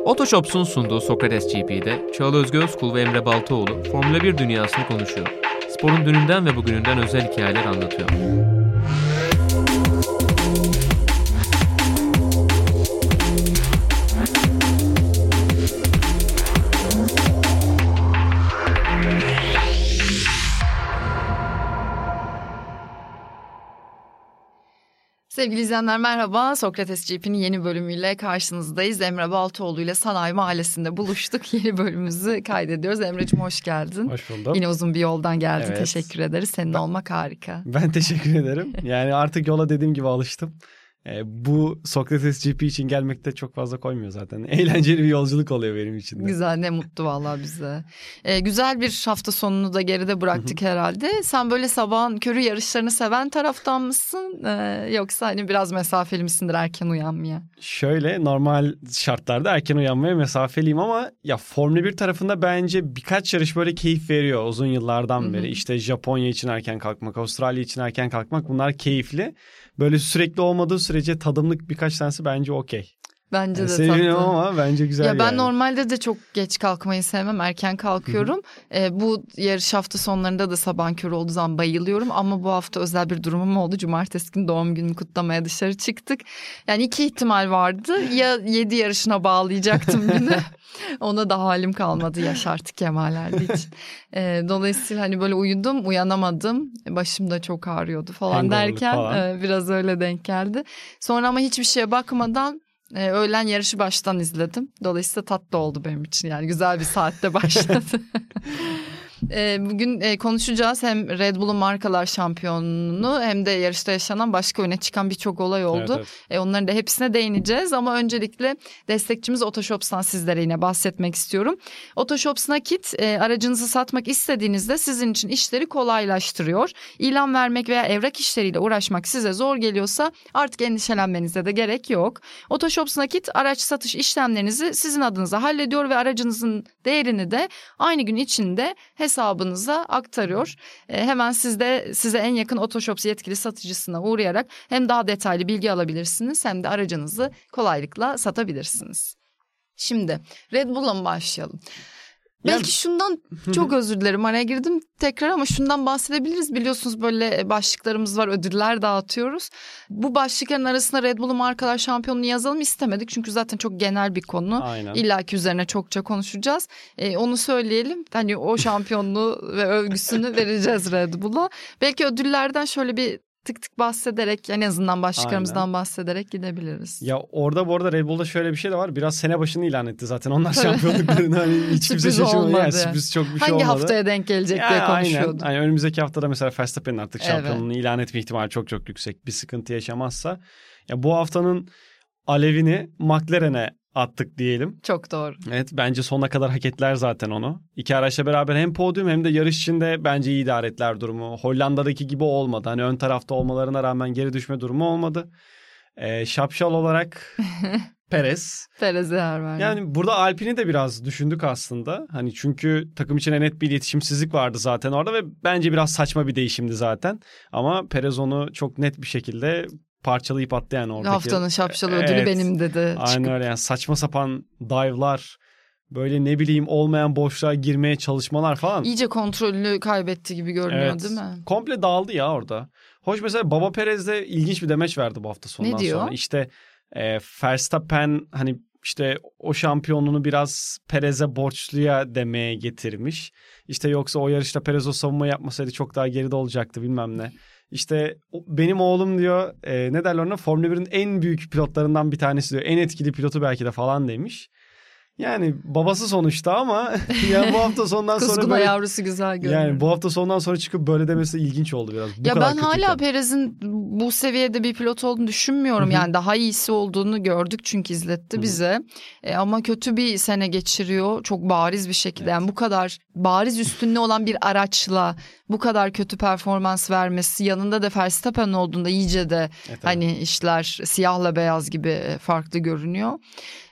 Otoshops'un sunduğu Sokrates GP'de Çağla Özge Özkul ve Emre Baltaoğlu Formula 1 dünyasını konuşuyor. Sporun dününden ve bugününden özel hikayeler anlatıyor. Sevgili izleyenler merhaba. Sokrates GP'nin yeni bölümüyle karşınızdayız. Emre Baltaoğlu ile Sanayi Mahallesi'nde buluştuk. Yeni bölümümüzü kaydediyoruz. Emre'cim hoş geldin. Hoş buldum. Yine uzun bir yoldan geldin. Evet. Teşekkür ederiz. Seninle olmak harika. Ben teşekkür ederim. Yani artık yola dediğim gibi alıştım. Bu Sokrates GP için gelmekte çok fazla koymuyor zaten. Eğlenceli bir yolculuk oluyor benim için de. Güzel, ne mutlu vallahi bize. Güzel bir hafta sonunu da geride bıraktık herhalde. Sen böyle sabahın körü yarışlarını seven taraftan mısın? Yoksa hani biraz mesafeli misindir erken uyanmaya? Şöyle, normal şartlarda erken uyanmaya mesafeliyim ama ya Formula 1 tarafında bence birkaç yarış böyle keyif veriyor uzun yıllardan beri. İşte Japonya için erken kalkmak, Avustralya için erken kalkmak, bunlar keyifli. Böyle sürekli olmadığı sürece tadımlık birkaç tanesi bence okey. Bence de tatlı. Seviyorum ama bence güzel ya ben yani. normalde de çok geç kalkmayı sevmem. Erken kalkıyorum. Bu yarış hafta sonlarında da sabahın körü olduğu zaman bayılıyorum. Ama bu hafta özel bir durumum oldu. Cumartesi günü doğum günümü kutlamaya dışarı çıktık. Yani iki ihtimal vardı. Ya 7 yarışına bağlayacaktım günü. Ona da halim kalmadı yaş artık kemalerde için. Dolayısıyla hani böyle uyudum, uyanamadım. Başım da çok ağrıyordu falan derken biraz öyle denk geldi. Sonra ama hiçbir şeye bakmadan öğlen yarışı baştan izledim. Dolayısıyla tatlı oldu benim için. Yani güzel bir saatte başladı. Bugün konuşacağız hem Red Bull'un markalar şampiyonluğunu hem de yarışta yaşanan başka öne çıkan birçok olay oldu. Evet. Onların da hepsine değineceğiz ama öncelikle destekçimiz Otoshops'tan sizlere yine bahsetmek istiyorum. Otoshops nakit aracınızı satmak istediğinizde sizin için işleri kolaylaştırıyor. İlan vermek veya evrak işleriyle uğraşmak size zor geliyorsa artık endişelenmenize de gerek yok. Otoshops nakit araç satış işlemlerinizi sizin adınıza hallediyor ve aracınızın değerini de aynı gün içinde hesabınıza aktarıyor. Hemen size en yakın Otoshops yetkili satıcısına uğrayarak hem daha detaylı bilgi alabilirsiniz hem de aracınızı kolaylıkla satabilirsiniz. Şimdi Red Bull'la mı başlayalım? Belki şundan çok özür dilerim, araya girdim tekrar ama şundan bahsedebiliriz. Biliyorsunuz böyle başlıklarımız var, ödüller dağıtıyoruz. Bu başlıkların arasında Red Bull'un markalar şampiyonluğunu yazalım istemedik. Çünkü zaten çok genel bir konu. Aynen. İlla ki üzerine çokça konuşacağız. Onu söyleyelim. Hani o şampiyonluğu ve övgüsünü vereceğiz Red Bull'a. Belki ödüllerden şöyle bir tık tık bahsederek, en azından başlıklarımızdan bahsederek gidebiliriz. Ya orada bu arada Red Bull'da şöyle bir şey de var. Biraz sene başını ilan etti zaten. Onlar şampiyonluklarını hani hiç kimse şaşırmadı. Yani sürpriz çok bir şey olmadı. Hangi haftaya denk gelecek diye konuşuyorduk. Aynen. Yani önümüzdeki haftada mesela Verstappen'in artık şampiyonluğunu ilan etme ihtimali çok çok yüksek. Bir sıkıntı yaşamazsa. Ya bu haftanın alevini McLaren'e attık diyelim. Çok doğru. Evet, bence sonuna kadar hak ettiler zaten onu. İki araçla beraber hem podyum hem de yarış içinde bence iyi idare ettiler durumu. Hollanda'daki gibi olmadı. Hani ön tarafta olmalarına rağmen geri düşme durumu olmadı. Şapşal olarak Perez. Perez'e yer verdi. Yani burada Alpine'i de biraz düşündük aslında. Hani çünkü takım içine net bir iletişimsizlik vardı zaten orada ve bence biraz saçma bir değişimdi zaten. Ama Perez onu çok net bir şekilde parçalayıp attı yani oradaki. Haftanın şapşalı ödülü benim dedi. Aynen öyle, yani saçma sapan dive'lar, böyle ne bileyim olmayan boşluğa girmeye çalışmalar falan. İyice kontrolünü kaybetti gibi görünüyor değil mi? Komple dağıldı ya orada. Hoş, mesela Baba Perez de ilginç bir demeç verdi bu hafta sonundan sonra. Ne diyor? İşte Verstappen hani işte o şampiyonluğunu biraz Perez'e borçluya demeye getirmiş. İşte yoksa o yarışta Perez o savunma yapmasaydı çok daha geride olacaktı bilmem ne. İşte benim oğlum diyor ne derler ona, Formula 1'in en büyük pilotlarından bir tanesi diyor. En etkili pilotu belki de falan demiş. Yani babası sonuçta ama yani bu hafta sonundan sonra Kuzguna yavrusu güzel görünüyor. Yani bu hafta sonundan sonra çıkıp böyle demesi ilginç oldu biraz. Ya ben hala Perez'in bu seviyede bir pilot olduğunu düşünmüyorum. Yani daha iyisi olduğunu gördük çünkü izletti bize. Ama kötü bir sene geçiriyor. Çok bariz bir şekilde. Yani bu kadar bariz üstünlüğü olan bir araçla bu kadar kötü performans vermesi, yanında da Verstappen olduğunda iyice de hani işler siyahla beyaz gibi farklı görünüyor.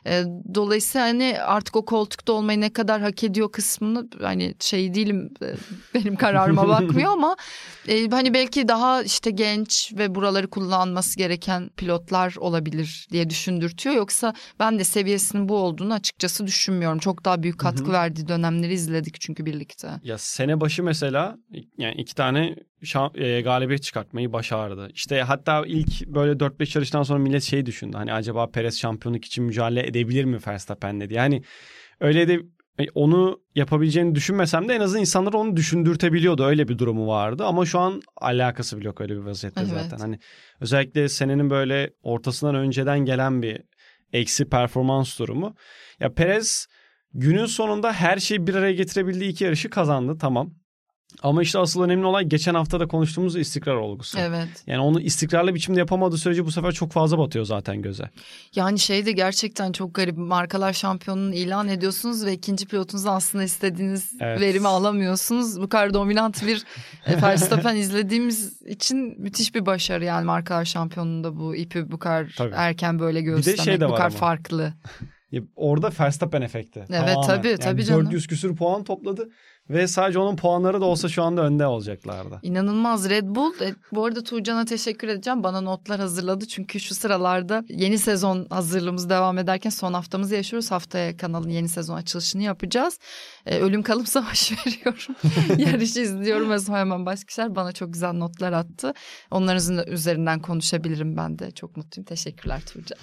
Dolayısıyla hani artık o koltukta olmayı ne kadar hak ediyor kısmını hani şey değilim, benim kararıma bakmıyor ama hani belki daha işte genç ve buraları kullanması gereken pilotlar olabilir diye düşündürtüyor. Yoksa ben de seviyesinin bu olduğunu açıkçası düşünmüyorum. Çok daha büyük katkı verdiği dönemleri izledik çünkü birlikte. Ya sene başı mesela yani 2 tane galibiyet çıkartmayı başardı. İşte hatta ilk böyle 4-5 yarıştan sonra millet şey düşündü. Hani acaba Perez şampiyonluk için mücadele edebilir mi Verstappen'le diye. Yani öyle de onu yapabileceğini düşünmesem de en azından insanlar onu düşündürtebiliyordu. Öyle bir durumu vardı ama şu an alakası bile yok öyle bir vaziyette zaten. Hani özellikle senenin böyle ortasından önceden gelen bir eksi performans durumu. Ya Perez günün sonunda her şeyi bir araya getirebildiği 2 yarışı kazandı, tamam. Ama işte asıl önemli olay geçen hafta da konuştuğumuz istikrar olgusu. Evet. Yani onu istikrarlı biçimde yapamadığı sürece bu sefer çok fazla batıyor zaten göze. Yani şey de gerçekten çok garip. Markalar şampiyonunu ilan ediyorsunuz ve ikinci pilotunuz aslında istediğiniz verimi alamıyorsunuz. Bu kadar dominant bir Verstappen izlediğimiz için müthiş bir başarı yani markalar şampiyonunda bu ipi bu kadar erken böyle göstermek, bu kadar farklı. Orada Verstappen efekti. Evet tamamen. Tabii canım. 400 küsür puan topladı. Ve sadece onun puanları da olsa şu anda önde olacaklardı. İnanılmaz Red Bull. Bu arada Tuğcan'a teşekkür edeceğim. Bana notlar hazırladı. Çünkü şu sıralarda yeni sezon hazırlığımız devam ederken son haftamızı yaşıyoruz. Haftaya kanalın yeni sezon açılışını yapacağız. Ölüm kalım savaşı veriyorum. Yarışı izliyorum ve sonra hemen başka şeyler bana çok güzel notlar attı. Onların üzerinden konuşabilirim ben de. Çok mutluyum. Teşekkürler Tuğcan.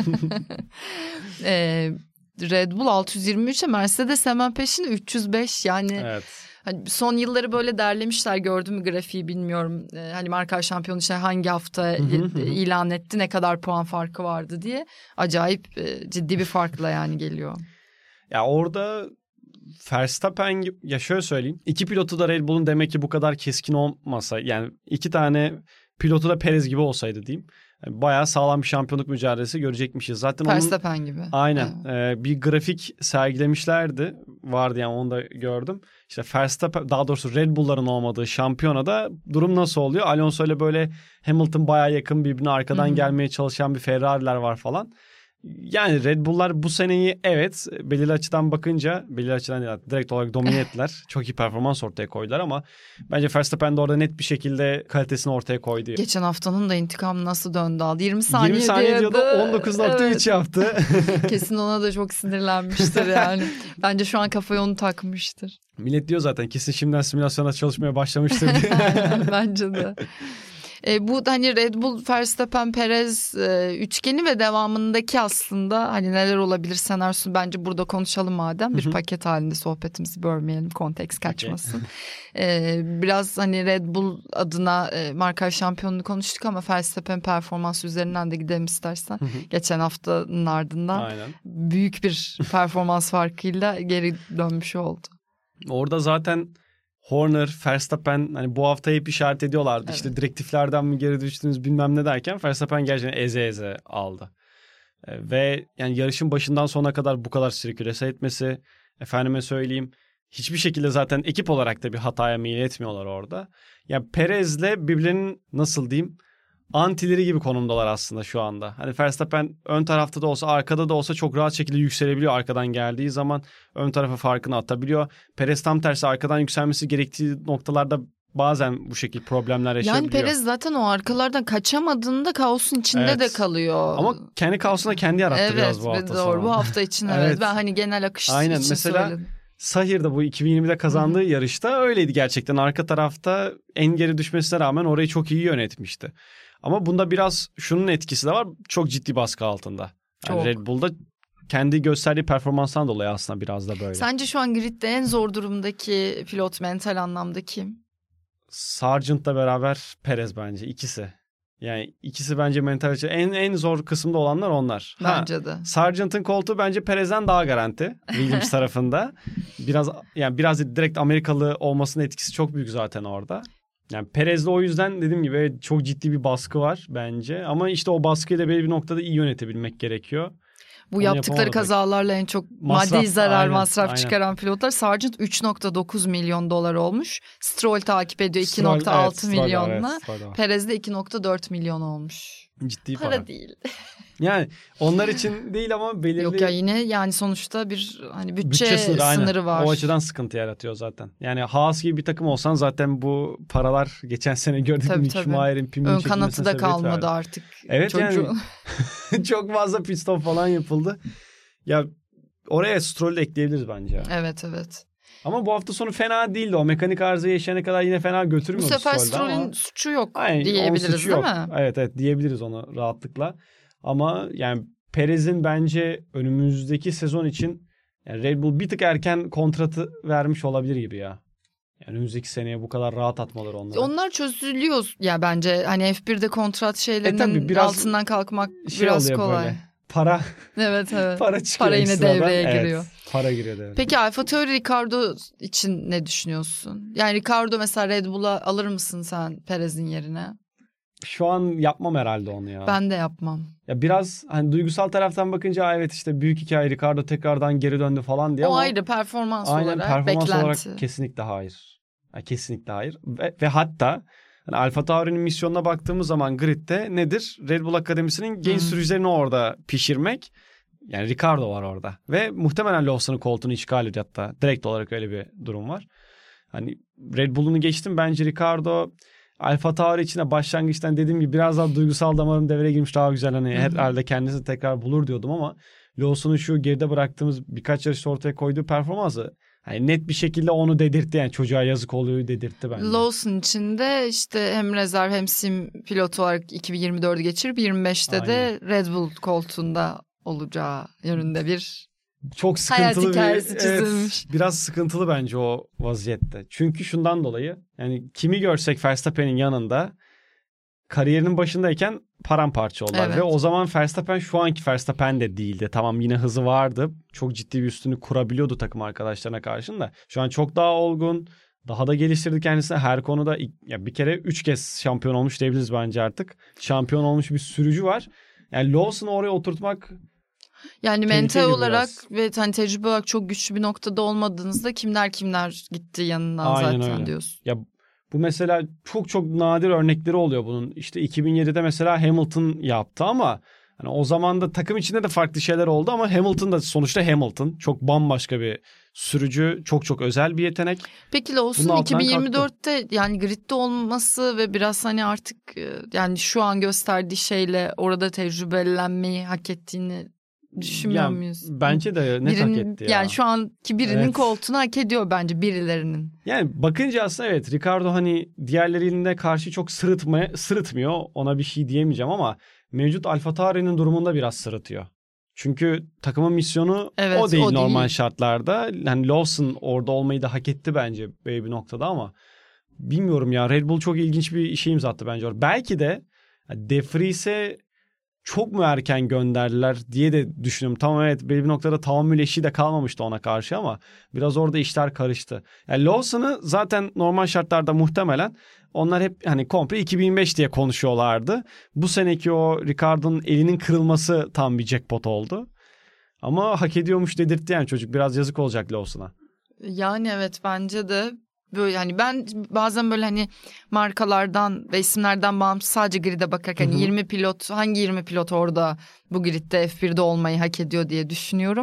Red Bull 623'e Mercedes hemen peşinde 305 yani hani son yılları böyle derlemişler, gördüm mü grafiği bilmiyorum. Hani marka şampiyonu işte hangi hafta ilan etti, ne kadar puan farkı vardı diye acayip ciddi bir farkla yani geliyor. Ya orada Verstappen ya şöyle söyleyeyim, 2 pilotu da Red Bull'un demek ki bu kadar keskin olmasa yani 2 tane pilotu da Perez gibi olsaydı diyeyim. Bayağı sağlam bir şampiyonluk mücadelesi görecekmişiz. Zaten Verstappen gibi. Aynen. Bir grafik sergilemişlerdi. Vardı yani onu da gördüm. İşte Verstappen, daha doğrusu Red Bull'ların olmadığı şampiyonada durum nasıl oluyor? Alonso ile böyle Hamilton bayağı yakın, birbirine arkadan gelmeye çalışan bir Ferrari'ler var falan. Yani Red Bull'lar bu seneyi belirli açıdan bakınca, belirli açıdan değil, direkt olarak domine ettiler. Çok iyi performans ortaya koydular ama bence Verstappen de orada net bir şekilde kalitesini ortaya koydu. Geçen haftanın da intikamı nasıl döndü aldı. 20 saniye 20 saniye diyordu, 19.3 yaptı. Kesin ona da çok sinirlenmiştir yani. Bence şu an kafayı onu takmıştır. Millet diyor zaten kesin şimdiden simülasyona çalışmaya başlamıştır diye. Bence de. Bu hani Red Bull, Verstappen, Perez üçgeni ve devamındaki aslında hani neler olabilir senaryosunu bence burada konuşalım madem. Bir paket halinde sohbetimizi bölmeyelim, konteks kaçmasın. Biraz hani Red Bull adına marka şampiyonluğunu konuştuk ama Verstappen performans üzerinden de gidelim istersen. Geçen haftanın ardından büyük bir performans farkıyla geri dönmüş oldu. Orada zaten Horner, Verstappen hani bu hafta hep işaret ediyorlardı. İşte direktiflerden mi geri düştünüz bilmem ne derken Verstappen gerçekten eze aldı. Ve yani yarışın başından sona kadar bu kadar sirkülese etmesi, efendime söyleyeyim, hiçbir şekilde zaten ekip olarak da bir hataya meyil etmiyorlar orada. Ya Perez'le birbirlerinin nasıl diyeyim antileri gibi konumdalar aslında şu anda. Hani Verstappen ön tarafta da olsa arkada da olsa çok rahat şekilde yükselebiliyor arkadan geldiği zaman. Ön tarafa farkını atabiliyor. Perez tam tersi arkadan yükselmesi gerektiği noktalarda bazen bu şekilde problemler yaşayabiliyor. Yani Perez zaten o arkalardan kaçamadığında kaosun içinde de kalıyor. Ama kendi kaosunu kendi yarattı biraz bu hafta doğru. Bu hafta için Ben hani genel akış için mesela söyledim. Sahir'de bu 2020'de kazandığı yarışta öyleydi gerçekten. Arka tarafta en geri düşmesine rağmen orayı çok iyi yönetmişti. Ama bunda biraz şunun etkisi de var. Çok ciddi baskı altında. Yani Red Bull'da kendi gösterdiği performanstan dolayı aslında biraz da böyle. Sence şu an gridde en zor durumdaki pilot mental anlamda kim? Sargent'la beraber Perez bence ikisi. Yani ikisi bence mental açıdan en zor kısımda olanlar onlar. Bence de. Sargent'ın koltuğu bence Perez'den daha garanti Williams tarafında. Biraz direkt Amerikalı olmasının etkisi çok büyük zaten orada. Yani Perez'de o yüzden dediğim gibi çok ciddi bir baskı var bence. Ama işte o baskıyı da belli bir noktada iyi yönetebilmek gerekiyor. Bu onu yaptıkları kazalarla en çok maddi masraf çıkaran pilotlar. Sargent 3.9 milyon dolar olmuş. Stroll takip ediyor 2.6 milyonla. Perez de 2.4 milyon olmuş. Ciddi para değil. Yani onlar için değil ama belirli... Yok ya, yine yani sonuçta bir hani bütçe sınırı var. O açıdan sıkıntı yaratıyor zaten. Yani Haas gibi bir takım olsan zaten bu paralar geçen sene gördük Mick Schumacher'in pimini çekilmesine ön kanatı da kalmadı artık. Evet çocuğun. Yani çok fazla pit stop falan yapıldı. Ya oraya Stroll'ü de ekleyebiliriz bence. Evet. Ama bu hafta sonu fena değildi. O mekanik arızayı yaşayana kadar yine fena götürmüyordu. Bu sefer Stroll'ün suçu yok diyebiliriz değil mi? Evet diyebiliriz onu rahatlıkla. Ama yani Perez'in bence önümüzdeki sezon için yani Red Bull bir tık erken kontratı vermiş olabilir gibi ya. Yani önümüzdeki seneye bu kadar rahat atmaları onlara. Onlar çözülüyor ya bence. Hani F1'de kontrat şeylerinin altından kalkmak biraz kolay. Böyle. Para. Evet. Para çıkıyor. Para yine devreye giriyor. Para giriyor devreye. Peki AlphaTauri Ricardo için ne düşünüyorsun? Yani Ricardo mesela Red Bull'a alır mısın sen Perez'in yerine? Şu an yapmam herhalde onu ya. Ben de yapmam. Ya biraz hani duygusal taraftan bakınca evet işte büyük hikaye Ricardo tekrardan geri döndü falan diye o ama... ayrı performans olarak performans beklenti. olarak kesinlikle hayır. Yani kesinlikle hayır. Ve hatta hani AlphaTauri'nin misyonuna baktığımız zaman gridde nedir? Red Bull Akademisi'nin genç sürücülerini orada pişirmek. Yani Ricardo var orada. Ve muhtemelen Lawson'ın koltuğunu işgal ediyor hatta. Direkt olarak öyle bir durum var. Hani Red Bull'unu geçtim. Bence Ricardo AlphaTauri içine başlangıçtan dediğim gibi biraz daha duygusal damarım devreye girmiş, daha güzel. Hani herhalde kendisini tekrar bulur diyordum ama Lawson'un şu geride bıraktığımız birkaç yarışta ortaya koyduğu performansı hani net bir şekilde onu dedirtti. Yani çocuğa yazık oluyor dedirtti bence. Lawson için de işte hem rezerv hem sim pilotu olarak 2024'ü geçirip 25'te de Red Bull koltuğunda olacağı yönünde bir çok sıkıntılı hayat hikayesi çizilmiş. Evet, biraz sıkıntılı bence o vaziyette. Çünkü şundan dolayı yani kimi görsek Verstappen'in yanında kariyerinin başındayken paramparça oldular. Evet. Ve o zaman Verstappen şu anki Verstappen de değildi. Tamam yine hızı vardı. Çok ciddi bir üstünlük kurabiliyordu takım arkadaşlarına karşın da. Şu an çok daha olgun. Daha da geliştirdi kendisini her konuda. Ya bir kere 3 kez şampiyon olmuş diyebiliriz bence artık. Şampiyon olmuş bir sürücü var. Yani Lawson'u oraya oturtmak... Yani mental olarak ve hani tecrübe olarak çok güçlü bir noktada olmadığınızda kimler gitti yanından aynen zaten öyle diyorsun. Ya bu mesela çok nadir örnekleri oluyor bunun. İşte 2007'de mesela Hamilton yaptı ama hani o zaman da takım içinde de farklı şeyler oldu ama Hamilton da sonuçta Hamilton. Çok bambaşka bir sürücü, çok özel bir yetenek. Peki Lawson 2024'te yani gridde olması ve biraz hani artık yani şu an gösterdiği şeyle orada tecrübelenmeyi hak ettiğini düşünmüyor muyuz? Bence de net hak etti ya. Yani şu anki birinin koltuğunu hak ediyor bence birilerinin. Yani bakınca aslında evet Ricardo hani diğerlerine karşı çok sırıtmıyor. Ona bir şey diyemeyeceğim ama mevcut AlphaTauri'nin durumunda biraz sırıtıyor. Çünkü takımın misyonu o değil normal şartlarda. Yani Lawson orada olmayı da hak etti bence böyle bir noktada ama bilmiyorum ya, Red Bull çok ilginç bir şey imza attı bence. Belki de De Vries'e çok mu erken gönderdiler diye de düşünüyorum. Tamam evet belli bir noktada tahammül eşiği de kalmamıştı ona karşı ama biraz orada işler karıştı. Yani Lawson'ı zaten normal şartlarda muhtemelen onlar hep hani komple 2025 diye konuşuyorlardı. Bu seneki o Ricardo'nun elinin kırılması tam bir jackpot oldu. Ama hak ediyormuş dedirtti yani çocuk. Biraz yazık olacak Lawson'a. Yani evet bence de. Böyle hani ben bazen böyle hani markalardan ve isimlerden bağımsız sadece grid'e bakarken 20 pilot hangi 20 pilot orada bu grid'de F1'de olmayı hak ediyor diye düşünüyorum.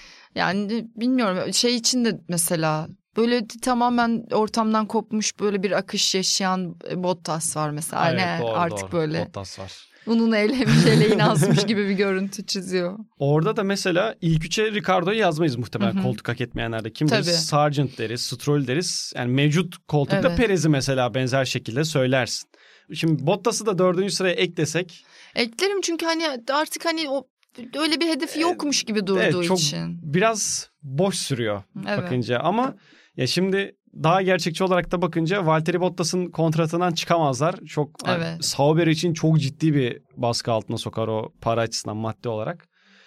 Yani bilmiyorum şey için de mesela böyle tamamen ortamdan kopmuş böyle bir akış yaşayan Bottas var mesela. Evet, hani doğru, artık böyle Bottas var. Ununu elemiş eleğini asmış gibi bir görüntü çiziyor. Orada da mesela ilk üçe Ricardo'yu yazmayız muhtemelen koltuk hak etmeyenlerde. Kim deriz? Sargent deriz, Stroll deriz. Yani mevcut koltukta Perez'i mesela benzer şekilde söylersin. Şimdi Bottas'ı da 4. sıraya eklesek. Eklerim çünkü hani artık hani o öyle bir hedefi yokmuş gibi durduğu çok için. Biraz boş sürüyor bakınca ama ya şimdi daha gerçekçi olarak da bakınca Valtteri Bottas'ın kontratından çıkamazlar. Çok Sauber için çok ciddi bir baskı altına sokar o para açısından maddi olarak.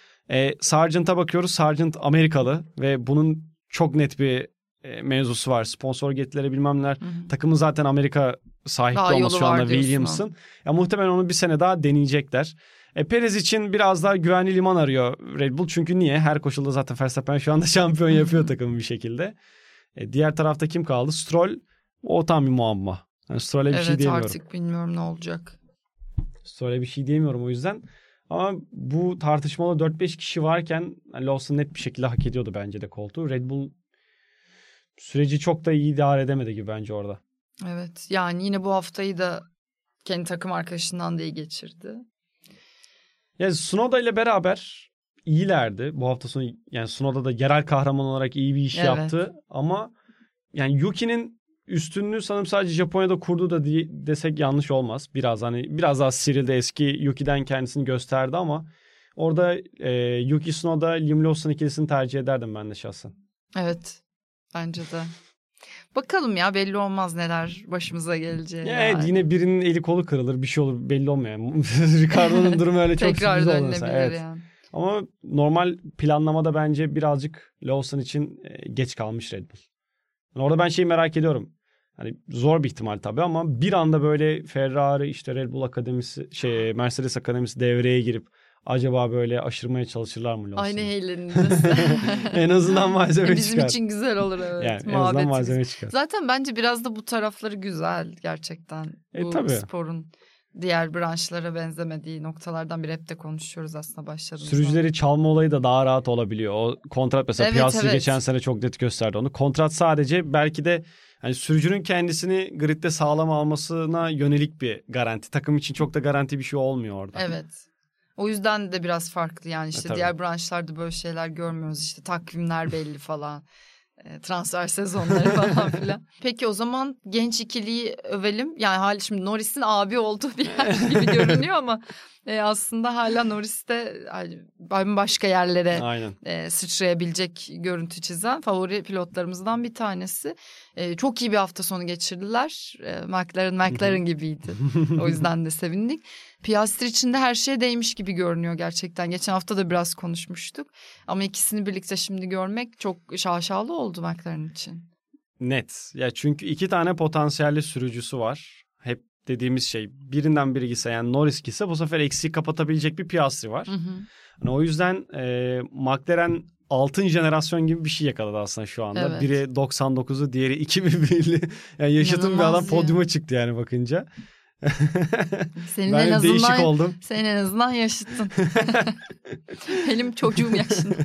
Sargent'a bakıyoruz. Sargent Amerikalı ve bunun çok net bir mevzusu var. Sponsor getirileri bilmem neler. Takımın zaten Amerika sahipli olması şu anda Williams'ın. Ya muhtemelen onu bir sene daha deneyecekler. Perez için biraz daha güvenli liman arıyor Red Bull. Çünkü niye? Her koşulda zaten Verstappen şu anda şampiyon yapıyor takımı bir şekilde. Diğer tarafta kim kaldı? Stroll. O tam bir muamma. Yani Stroll'e bir şey diyemiyorum. Evet artık bilmiyorum ne olacak. Sonra bir şey diyemiyorum o yüzden. Ama bu tartışmalı 4-5 kişi varken Lawson net bir şekilde hak ediyordu bence de koltuğu. Red Bull süreci çok da iyi idare edemedi gibi bence orada. Evet, yani yine bu haftayı da kendi takım arkadaşından da iyi geçirdi. Ya Tsunoda ile beraber iyilerdi. Bu hafta sonu yani Tsunoda da yerel kahraman olarak iyi bir iş yaptı. Ama yani Yuki'nin üstünlüğü sanırım sadece Japonya'da kurdu da desek yanlış olmaz. Biraz daha sıyrıldı, eski Yuki'den kendisini gösterdi ama orada Yuki Tsunoda, Liam Lawson ikilisini tercih ederdim ben de şahsen. Evet, bence de. Bakalım ya, belli olmaz neler başımıza geleceği. Evet, yine birinin eli kolu kırılır, bir şey olur, belli olmuyor. Yani. Ricardo'nun durumu öyle çok sürpriz oldu. Evet. Yani. Ama normal planlamada bence birazcık Lawson için geç kalmış Red Bull. Yani orada ben şeyi merak ediyorum. Hani zor bir ihtimal tabii ama bir anda böyle Ferrari, işte Red Bull Akademisi, Mercedes Akademisi devreye girip acaba böyle aşırmaya çalışırlar mı Lawson'u? Aynı eğleniriz. En azından malzeme çıkar. Bizim için güzel olur, evet. Yani en azından malzeme çıkar. Zaten bence biraz da bu tarafları güzel gerçekten. Bu tabii. Sporun diğer branşlara benzemediği noktalardan biri, hep de konuşuyoruz aslında başladığımızda. Sürücüleri çalma olayı da daha rahat olabiliyor. O kontrat mesela Piastri geçen sene çok net gösterdi onu. Kontrat sadece belki de hani sürücünün kendisini gridde sağlam almasına yönelik bir garanti. Takım için çok da garanti bir şey olmuyor orada. Evet. O yüzden de biraz farklı yani işte diğer branşlarda böyle şeyler görmüyoruz, işte takvimler belli falan. Transfer sezonları falan filan. Peki o zaman genç ikiliyi övelim. Yani şimdi Norris'in abi olduğu bir yer gibi görünüyor ama aslında hala Norris de başka yerlere sıçrayabilecek görüntü çizen favori pilotlarımızdan bir tanesi. Çok iyi bir hafta sonu geçirdiler. McLaren gibiydi. O yüzden de sevindik. Piastri için de her şeye değmiş gibi görünüyor gerçekten. Geçen hafta da biraz konuşmuştuk. Ama ikisini birlikte şimdi görmek çok şaşalı oldu McLaren için. Net. Ya çünkü iki tane potansiyelli sürücüsü var. Hep dediğimiz şey, birinden biri gitse, yani Norris gitse bu sefer eksiği kapatabilecek bir Piastri var. Yani o yüzden McLaren altın jenerasyon gibi bir şey yakaladı aslında şu anda. Evet. Biri 99'u, diğeri 2001'li. Yani yaşıtım bir adam podyuma çıktı yani bakınca. Senin ben en azından değişik oldum. Senin en azından yaşıttın. Benim çocuğum yaşında.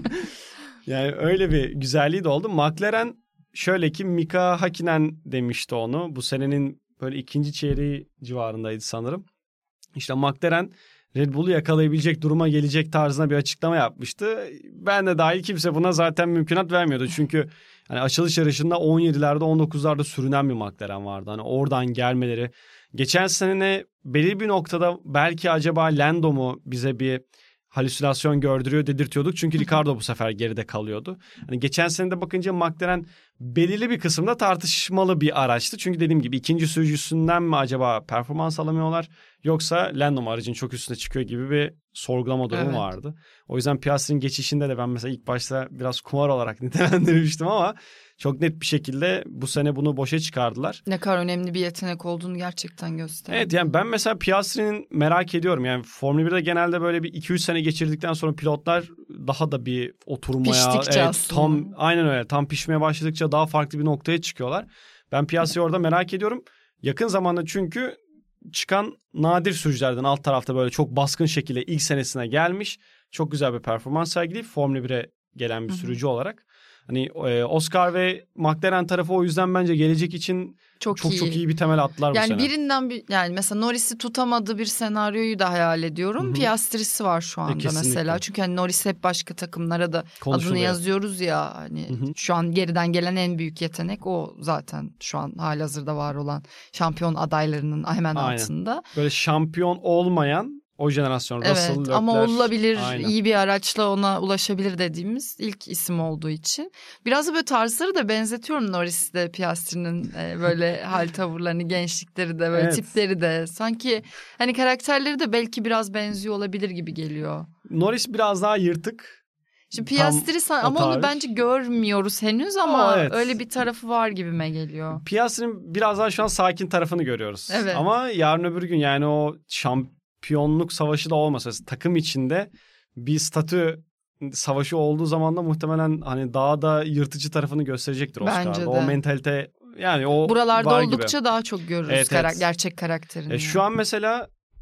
Yani öyle bir güzelliği de oldu. McLaren şöyle ki, Mika Hakkinen demişti onu. Bu senenin böyle ikinci çeyreği civarındaydı sanırım. İşte McLaren Red Bull'u yakalayabilecek duruma gelecek tarzına bir açıklama yapmıştı. Ben de dahil kimse buna zaten mümkünat vermiyordu. Çünkü hani açılış yarışında 17'lerde 19'larda sürünen bir McLaren vardı. Hani oradan gelmeleri. Geçen sene belli bir noktada belki acaba Lando mu bize bir halüsinasyon gördürüyor dedirtiyorduk. Çünkü Ricardo bu sefer geride kalıyordu. Hani geçen sene de bakınca McLaren belirli bir kısımda tartışmalı bir araçtı. Çünkü dediğim gibi ikinci sürücüsünden mi acaba performans alamıyorlar, yoksa Lando mu aracın çok üstüne çıkıyor gibi bir sorgulama durumu vardı. O yüzden Piastri'nin geçişinde de ben mesela ilk başta biraz kumar olarak nitelendirmiştim ama çok net bir şekilde bu sene bunu boşa çıkardılar. Ne kadar önemli bir yetenek olduğunu gerçekten gösteriyor. Evet, yani ben mesela Piastri'nin merak ediyorum. Yani Formula 1'de genelde böyle bir 2-3 sene geçirdikten sonra pilotlar daha da bir oturmaya, piştikçe aynen öyle, tam pişmeye başladıkça daha farklı bir noktaya çıkıyorlar. Ben Piastri'yi orada merak ediyorum. Yakın zamanda çünkü çıkan nadir sürücülerden, alt tarafta böyle çok baskın şekilde ilk senesine gelmiş, çok güzel bir performans sergileyip Formula 1'e gelen bir sürücü olarak. Hani Oscar ve McLaren tarafı o yüzden bence gelecek için çok iyi bir temel attılar bu sene. Yani mesela Norris'i tutamadığı bir senaryoyu da hayal ediyorum. Piastri'si var şu anda mesela. Çünkü hani Norris hep başka takımlara da adını yazıyoruz ya. Hani şu an geriden gelen en büyük yetenek o zaten, şu an halihazırda var olan şampiyon adaylarının hemen altında. Böyle şampiyon olmayan o jenerasyon, Russell, Leclerc. Ama olabilir, iyi bir araçla ona ulaşabilir dediğimiz ilk isim olduğu için. Biraz da böyle tarzları da benzetiyorum Norris'le Piastri'nin böyle hal tavırlarını, gençlikleri de böyle tipleri de. Sanki hani karakterleri de belki biraz benziyor olabilir gibi geliyor. Norris biraz daha yırtık. Şimdi Piastri ama onu bence görmüyoruz henüz ama öyle bir tarafı var gibime geliyor. Piastri'nin biraz daha şu an sakin tarafını görüyoruz. Evet. Ama yarın öbür gün yani o şampiyonluk savaşı da olmasa, takım içinde bir statü savaşı olduğu zaman da muhtemelen hani daha da yırtıcı tarafını gösterecektir Oscar'da. Bence de. O mentalite, yani o buralarda var oldukça gibi. daha çok görürüz gerçek karakterini. Şu an mesela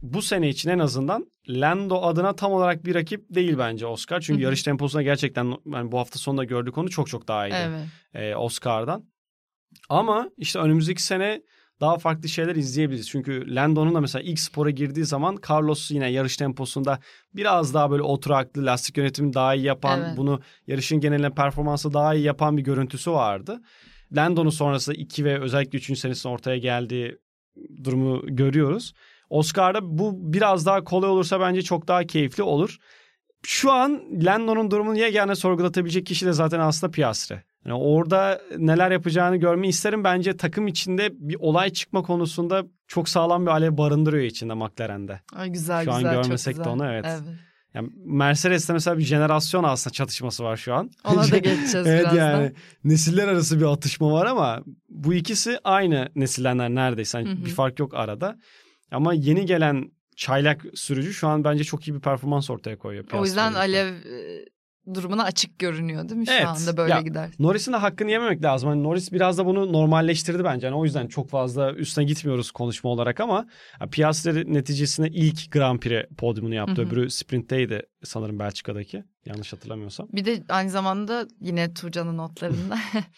bu sene için en azından Lando adına tam olarak bir rakip değil bence Oscar. Çünkü yarış temposuna gerçekten yani bu hafta sonunda gördük onu çok daha iyiydi Oscar'dan. Ama işte önümüzdeki sene daha farklı şeyler izleyebiliriz. Çünkü Lando'nun da mesela ilk spora girdiği zaman Carlos yine yarış temposunda biraz daha böyle oturaklı, lastik yönetimi daha iyi yapan, bunu yarışın geneline performansı daha iyi yapan bir görüntüsü vardı. Lando'nun sonrası 2 ve özellikle 3. senesinde ortaya geldiği durumu görüyoruz. Oscar'da bu biraz daha kolay olursa bence çok daha keyifli olur. Şu an Lando'nun durumunu yegane sorgulatabilecek kişi de zaten aslında Piastri. Yani orada neler yapacağını görmeyi isterim. Bence takım içinde bir olay çıkma konusunda çok sağlam bir alev barındırıyor içinde McLaren'de. Ay güzel, şu an görmesek de onu Yani Mercedes'te mesela bir jenerasyon aslında çatışması var şu an. Ona da geçeceğiz birazdan. Yani nesiller arası bir atışma var ama bu ikisi aynı nesildenler neredeyse. Yani bir fark yok arada. Ama yeni gelen çaylak sürücü şu an bence çok iyi bir performans ortaya koyuyor. O yüzden alev durumuna açık görünüyor değil mi şu anda böyle gider. Norris'in de hakkını yememek lazım. Hani Norris biraz da bunu normalleştirdi bence. Yani o yüzden çok fazla üstüne gitmiyoruz konuşma olarak ama Piastri neticesinde ilk Grand Prix podyumunu yaptı. Öbürü sprintteydi sanırım Belçika'daki. Yanlış hatırlamıyorsam. Bir de aynı zamanda yine Tuğcan'ın notlarında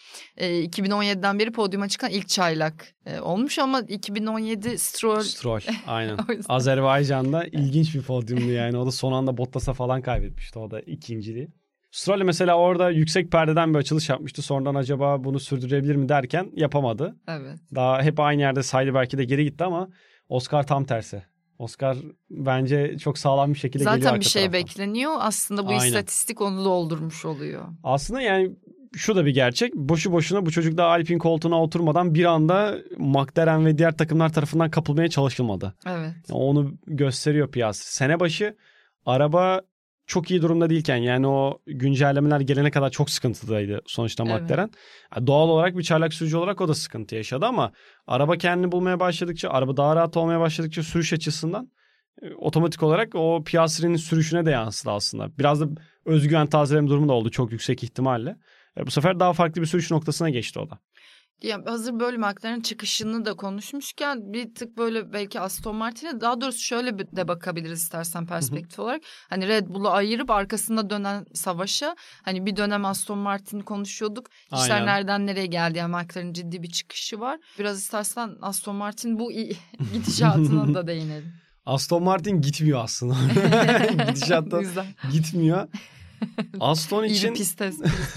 2017'den beri podyuma çıkan ilk çaylak olmuş ama 2017 Stroll aynen. Azerbaycan'da ilginç bir podyumdu yani. O da son anda Bottas'a falan kaybetmişti. O da ikinciliği. Stroll mesela orada yüksek perdeden bir açılış yapmıştı. Sonradan acaba bunu sürdürebilir mi derken yapamadı. Evet. Daha hep aynı yerde saydı, belki de geri gitti ama Oscar tam tersi. Oscar bence çok sağlam bir şekilde geliyor. Zaten bir şey bekleniyor. Aslında bu istatistik onu doldurmuş oluyor. Aslında yani şu da bir gerçek. Boşu boşuna bu çocuk da Alpine koltuğuna oturmadan bir anda McLaren ve diğer takımlar tarafından kapılmaya çalışılmadı. Evet. Yani onu gösteriyor Piastri. Sene başı araba çok iyi durumda değilken, yani o güncellemeler gelene kadar çok sıkıntıdaydı sonuçta McLaren. Yani doğal olarak bir çaylak sürücü olarak o da sıkıntı yaşadı ama araba kendini bulmaya başladıkça, araba daha rahat olmaya başladıkça sürüş açısından otomatik olarak o Piastri'nin sürüşüne de yansıdı aslında. Biraz da özgüven tazeleme durumu da oldu çok yüksek ihtimalle. Bu sefer daha farklı bir sürüş noktasına geçti o da. Ya hazır böyle McLaren'in çıkışını da konuşmuşken bir tık böyle belki Aston Martin'e, daha doğrusu şöyle de bakabiliriz istersen perspektif olarak. Hani Red Bull'u ayırıp arkasında dönen savaşa, hani bir dönem Aston Martin konuşuyorduk. İşler nereden nereye geldi, yani McLaren'in ciddi bir çıkışı var. Biraz istersen Aston Martin bu gidişatına da değinelim. Aston Martin gitmiyor aslında. Gidişatta gitmiyor. Aston için... İyi bir pist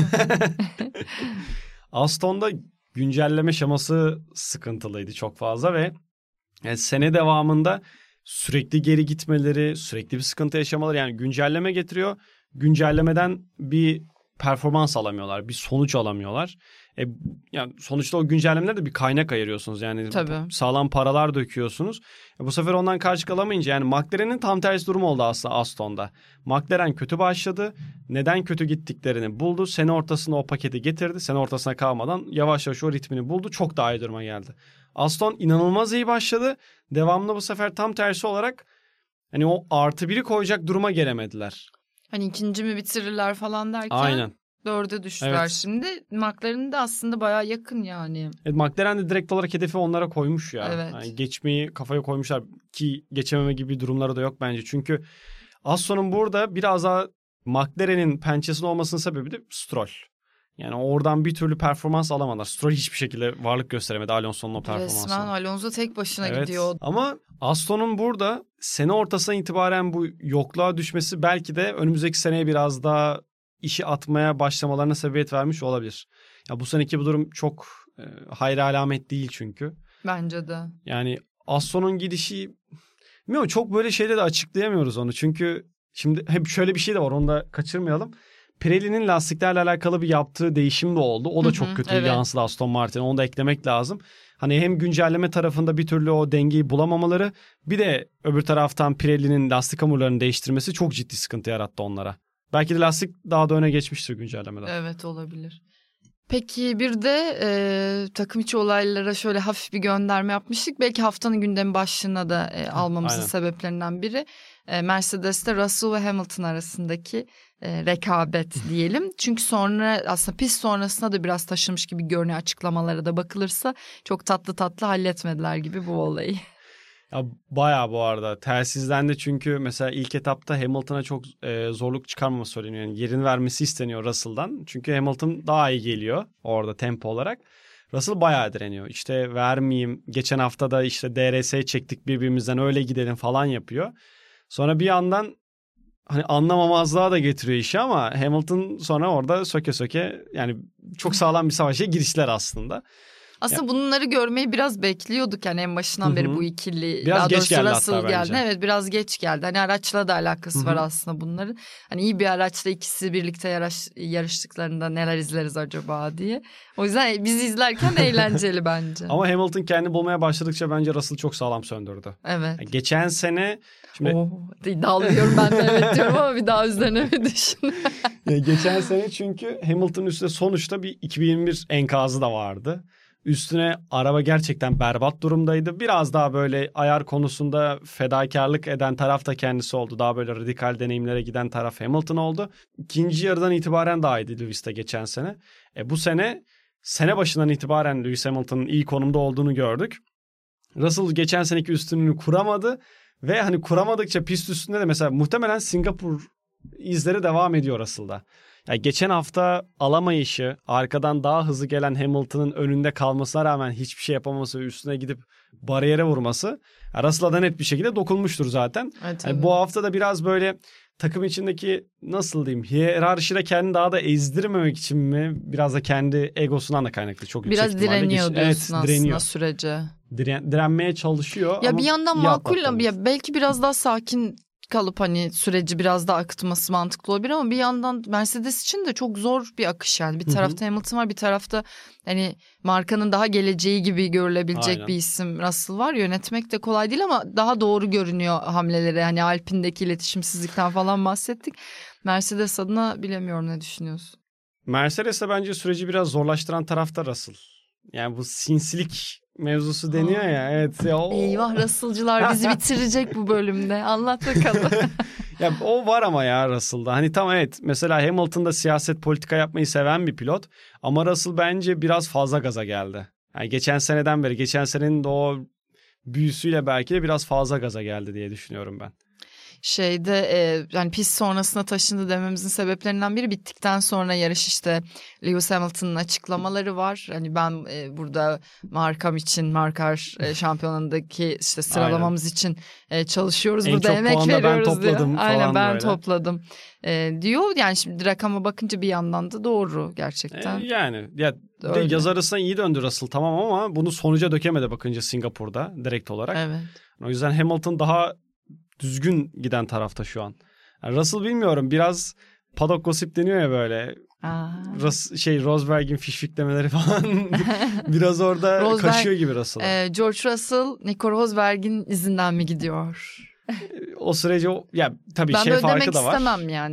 Aston'da güncelleme şeması sıkıntılıydı çok fazla ve yani sene devamında sürekli geri gitmeleri, sürekli bir sıkıntı yaşamaları, yani güncelleme getiriyor. Güncellemeden bir performans alamıyorlar, bir sonuç alamıyorlar. Yani sonuçta o güncellemelerde bir kaynak ayırıyorsunuz. Yani sağlam paralar döküyorsunuz. Bu sefer ondan karşı alamayınca, yani McLaren'in tam tersi durumu oldu aslında Aston'da. McLaren kötü başladı. Neden kötü gittiklerini buldu. Sene ortasında o paketi getirdi. Sene ortasına kalmadan yavaş yavaş o ritmini buldu. Çok daha iyi duruma geldi. Aston inanılmaz iyi başladı. Devamında bu sefer tam tersi olarak hani o +1'i koyacak duruma gelemediler. Hani ikinci mi bitirirler falan derken. Aynen. 4'e düştüler şimdi. McLaren'in de aslında bayağı yakın yani. McLaren de direkt olarak hedefi onlara koymuş ya. Evet. Yani geçmeyi kafaya koymuşlar ki geçememe gibi durumları da yok bence. Çünkü Aston'un burada biraz daha McLaren'in pençesinde olmasının sebebi de Stroll. Yani oradan bir türlü performans alamadılar. Stroll hiçbir şekilde varlık gösteremedi Alonso'nun o performansına. Resmen Alonso tek başına gidiyor. Ama Aston'un burada sene ortasına itibaren bu yokluğa düşmesi belki de önümüzdeki seneye biraz daha işi atmaya başlamalarına sebebiyet vermiş olabilir. Ya bu seneki bu durum çok hayra alamet değil çünkü. Bence de. Yani Aston'un gidişi, bilmiyorum, çok böyle şeyle de açıklayamıyoruz onu. Çünkü şimdi hep şöyle bir şey de var, onu da kaçırmayalım. Pirelli'nin lastiklerle alakalı bir yaptığı değişim de oldu. O da çok kötü yansıdı Aston Martin'e. Onu da eklemek lazım. Hani hem güncelleme tarafında bir türlü o dengeyi bulamamaları, bir de öbür taraftan Pirelli'nin lastik hamurlarını değiştirmesi çok ciddi sıkıntı yarattı onlara. Belki de lastik daha da öne geçmiştir güncellemeden. Evet, olabilir. Peki bir de takım içi olaylara şöyle hafif bir gönderme yapmıştık. Belki haftanın gündemi başlığına da almamızın sebeplerinden biri Mercedes'te Russell ve Hamilton arasındaki rekabet diyelim. Çünkü sonra aslında pist sonrasında da biraz taşınmış gibi görünüyor, açıklamalara da bakılırsa çok tatlı halletmediler gibi bu olayı. Ya bayağı bu arada telsizden de, çünkü mesela ilk etapta Hamilton'a çok zorluk çıkarmaması söyleniyor. Yani yerini vermesi isteniyor Russell'dan. Çünkü Hamilton daha iyi geliyor orada tempo olarak. Russell bayağı direniyor. İşte vermeyeyim. Geçen hafta da işte DRS çektik birbirimizden, öyle gidelim falan yapıyor. Sonra bir yandan hani anlamamazlığa da getiriyor işi, ama Hamilton sonra orada söke söke, yani çok sağlam bir savaşa girişler aslında. Aslında bunları görmeyi biraz bekliyorduk yani en başından beri bu ikili. Biraz daha geç geldi Russell hatta geldi. bence. Evet, biraz geç geldi. Hani araçla da alakası var aslında bunların. Hani iyi bir araçla ikisi birlikte yarıştıklarında neler izleriz acaba diye. O yüzden biz izlerken eğlenceli bence. Ama Hamilton kendini bulmaya başladıkça bence Russell'ı çok sağlam söndürdü. Evet. Yani geçen sene... Şimdi... Dağılıyorum ben de evet diyorum ama bir daha üzerine bir düşün. Geçen sene çünkü Hamilton'ın üstüne sonuçta bir 2021 enkazı da vardı. Üstüne araba gerçekten berbat durumdaydı. Biraz daha böyle ayar konusunda fedakarlık eden taraf da kendisi oldu. Daha böyle radikal deneyimlere giden taraf Hamilton oldu. İkinci yarıdan itibaren daha iyiydi Lewis'te geçen sene. Bu sene başından itibaren Lewis Hamilton'ın iyi konumda olduğunu gördük. Russell geçen seneki üstünlüğünü kuramadı. Ve hani kuramadıkça pist üstünde de mesela muhtemelen Singapur izleri devam ediyor Russell'da. Yani geçen hafta alamayışı, arkadan daha hızlı gelen Hamilton'ın önünde kalmasına rağmen hiçbir şey yapamaması, üstüne gidip bariyere vurması Russell'a da net bir şekilde dokunmuştur zaten. Evet, yani bu hafta da biraz böyle takım içindeki, nasıl diyeyim, hiyerarşide kendini daha da ezdirmemek için mi, biraz da kendi egosundan da kaynaklı, çok yüksek biraz ihtimalle. direniyor diyorsun aslında direniyor. Sürece. Direnmeye çalışıyor. Ya ama bir yandan makul, ya belki biraz daha sakin kalıp hani süreci biraz daha akıtması mantıklı olabilir, ama bir yandan Mercedes için de çok zor bir akış yani. Bir tarafta Hamilton var, bir tarafta hani markanın daha geleceği gibi görülebilecek bir isim Russell var. Yönetmek de kolay değil ama daha doğru görünüyor hamleleri. Hani Alpine'deki iletişimsizlikten falan bahsettik. Mercedes adına bilemiyorum, ne düşünüyorsun? Mercedes'e bence süreci biraz zorlaştıran tarafta Russell. Yani bu sinsilik mevzusu deniyor ya. Evet. Ya, Eyvah, Russell'cılar bizi bitirecek bu bölümde. Anlat bakalım. Ya o var ama ya Russell'da. Hani tam evet, mesela Hamilton'da siyaset politika yapmayı seven bir pilot. Ama Russell bence biraz fazla gaza geldi. Yani geçen seneden beri, geçen senenin de o büyüsüyle belki de biraz fazla gaza geldi diye düşünüyorum ben. Yani pist sonrasına taşındı dememizin sebeplerinden biri, bittikten sonra yarış işte Lewis Hamilton'ın açıklamaları var. Hani ben burada markam için, markar şampiyonundaki işte sıralamamız için çalışıyoruz. En burada emek veriyoruz diyor. Aynen, ben böyle topladım diyor. Yani şimdi rakama bakınca bir yandan da doğru gerçekten. Yani ya yaz arasında iyi döndü Russell, tamam, ama bunu sonuca dökemedi bakınca Singapur'da direkt olarak. Evet. O yüzden Hamilton daha düzgün giden tarafta şu an. Yani Russell bilmiyorum, biraz paddock gossip deniyor ya böyle. Rosberg'in fişfiklemeleri falan biraz orada kaşıyor gibi Russell'a. George Russell Nico Rosberg'in izinden mi gidiyor? O süreci ya tabii ben farkı da var. Ben öyle demek istemem yani.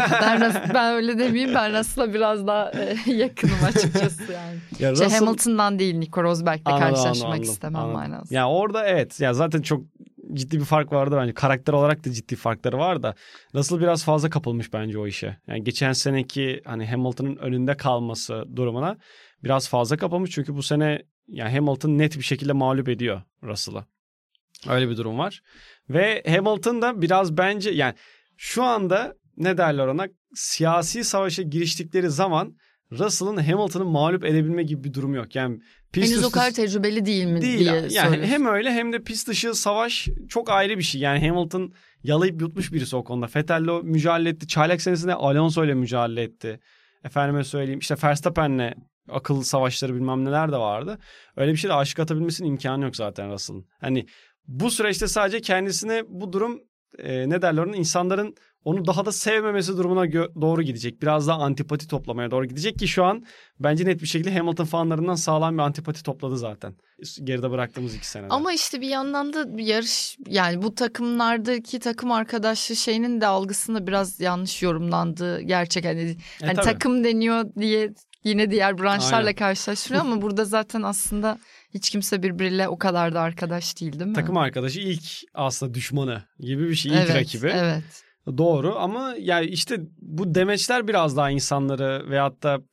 Ben öyle demeyeyim, ben Russell'a biraz daha yakınım açıkçası yani. Ya Russell, Hamilton'dan değil, Nico Rosberg'le karşılaşmak istemem manasında. Ya orada evet, ya zaten çok ciddi bir fark vardı bence. Karakter olarak da ciddi farkları var da Russell biraz fazla kapılmış bence o işe. Yani geçen seneki hani Hamilton'ın önünde kalması durumuna biraz fazla kapılmış. Çünkü bu sene yani Hamilton net bir şekilde mağlup ediyor Russell'ı. Öyle bir durum var. Ve Hamilton da biraz bence yani şu anda ne derler ona, siyasi savaşa giriştikleri zaman Russell'ın Hamilton'ı mağlup edebilme gibi bir durum yok. Yani henüz o kadar tecrübeli değil mi değil diye yani söylüyorsun. Hem öyle hem de pist dışı savaş çok ayrı bir şey. Yani Hamilton yalayıp yutmuş birisi o konuda. Vettel'le mücadele etti. Çaylak senesinde Alonso ile mücadele etti. Efendime söyleyeyim, işte Verstappen'le akıl savaşları bilmem neler de vardı. Öyle bir şeyde aşık atabilmesinin imkanı yok zaten Russell'ın. Hani bu süreçte sadece kendisine bu durum ne derler ona, insanların onu daha da sevmemesi durumuna doğru gidecek. Biraz daha antipati toplamaya doğru gidecek ki şu an bence net bir şekilde Hamilton fanlarından sağlam bir antipati topladı zaten. Geride bıraktığımız 2 senede. Ama işte bir yandan da bir yarış, yani bu takımlardaki takım arkadaşlığı şeyinin de algısında biraz yanlış yorumlandığı gerçek. Hani takım deniyor diye yine diğer branşlarla karşılaştırıyor ama burada zaten aslında hiç kimse birbiriyle o kadar da arkadaş değil mi? Takım arkadaşı ilk aslında düşmanı gibi bir şey, ilk rakibi. Evet. Doğru ama yani işte bu demeçler biraz daha insanları veyahut da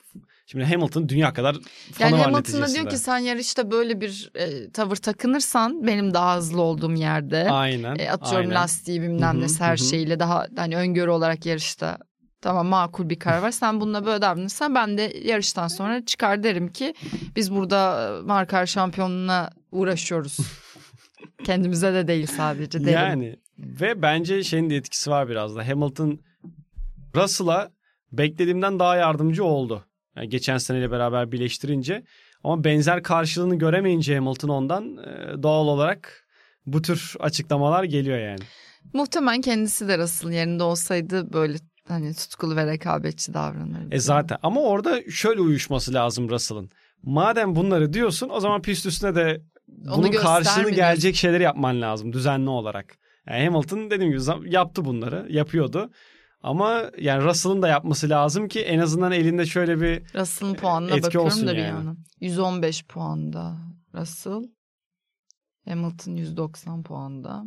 Şimdi Hamilton dünya kadar fanı yani var Hamilton'a neticesinde. diyor ki sen yarışta böyle bir tavır takınırsan benim daha hızlı olduğum yerde. Aynen. Atıyorum lastiği bilmem ne her şeyle daha hani öngörü olarak yarışta tamam makul bir karar var. Sen bununla böyle davranırsan ben de yarıştan sonra çıkar derim ki biz burada marka şampiyonluğuna uğraşıyoruz. Kendimize de değil sadece derim. Yani ve bence şeyin de etkisi var biraz da. Hamilton Russell'a beklediğimden daha yardımcı oldu. Yani geçen seneyle beraber birleştirince. Ama benzer karşılığını göremeyince Hamilton ondan doğal olarak bu tür açıklamalar geliyor yani. Muhtemelen kendisi de Russell yerinde olsaydı böyle hani tutkulu ve rekabetçi davranırdı. Zaten ama orada şöyle uyuşması lazım Russell'ın. Madem bunları diyorsun o zaman pist üstüne de bunun karşılığını gelecek şeyleri yapman lazım düzenli olarak. Yani Hamilton dediğim gibi yaptı bunları, yapıyordu. Ama yani Russell'ın da yapması lazım ki en azından elinde şöyle bir Russell'ın puanına bakıyorum da bir yana. 115 puanda Russell. Hamilton 190 puanda.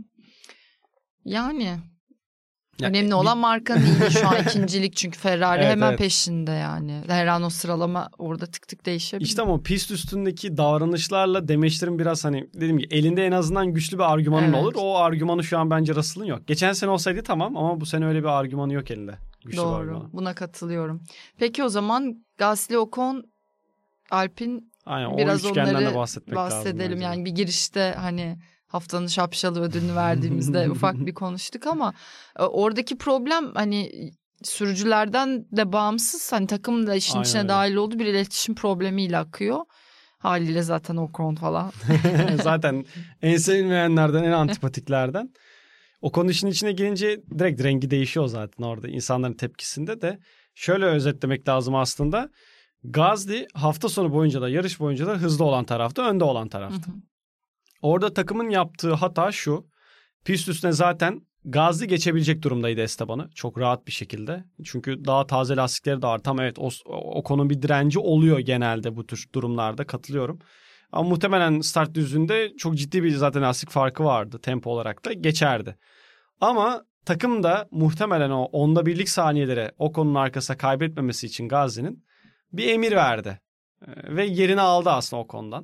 Yani önemli olan marka değil şu an ikincilik çünkü Ferrari hemen peşinde yani. Her an o sıralama orada tık tık değişebilir. İşte ama pist üstündeki davranışlarla demeçlerin biraz hani dediğim gibi elinde en azından güçlü bir argümanın olur. O argümanı şu an bence Russell'ın yok. Geçen sene olsaydı tamam ama bu sene öyle bir argümanı yok elinde. Güçlü doğru. Buna katılıyorum. Peki o zaman Gasly, Ocon, Alpine aynen, biraz onları bahsedelim. Lazım yani bir girişte hani haftanın şapşalı ödülünü verdiğimizde ufak bir konuştuk ama oradaki problem hani sürücülerden de bağımsız hani takım da işin içine dahil oldu bir iletişim problemiyle akıyor. Haliyle zaten Ocon falan. Zaten en sevilmeyenlerden en antipatiklerden. Ocon işin içine girince direkt rengi değişiyor zaten orada insanların tepkisinde de. Şöyle özetlemek lazım aslında. Gasly hafta sonu boyunca da yarış boyunca da hızlı olan tarafta, önde olan tarafta. Orada takımın yaptığı hata şu. Pist üstüne zaten Gasly geçebilecek durumdaydı Esteban'ı. Çok rahat bir şekilde. Çünkü daha taze lastikleri de var. Tam evet o konu bir direnci oluyor genelde bu tür durumlarda. Katılıyorum. Ama muhtemelen start düzlüğünde çok ciddi bir zaten lastik farkı vardı. Tempo olarak da geçerdi. Ama takım da muhtemelen o onda birlik saniyeleri Ocon'un arkasına kaybetmemesi için Gasly'nin bir emir verdi. Ve yerini aldı aslında Ocon'dan.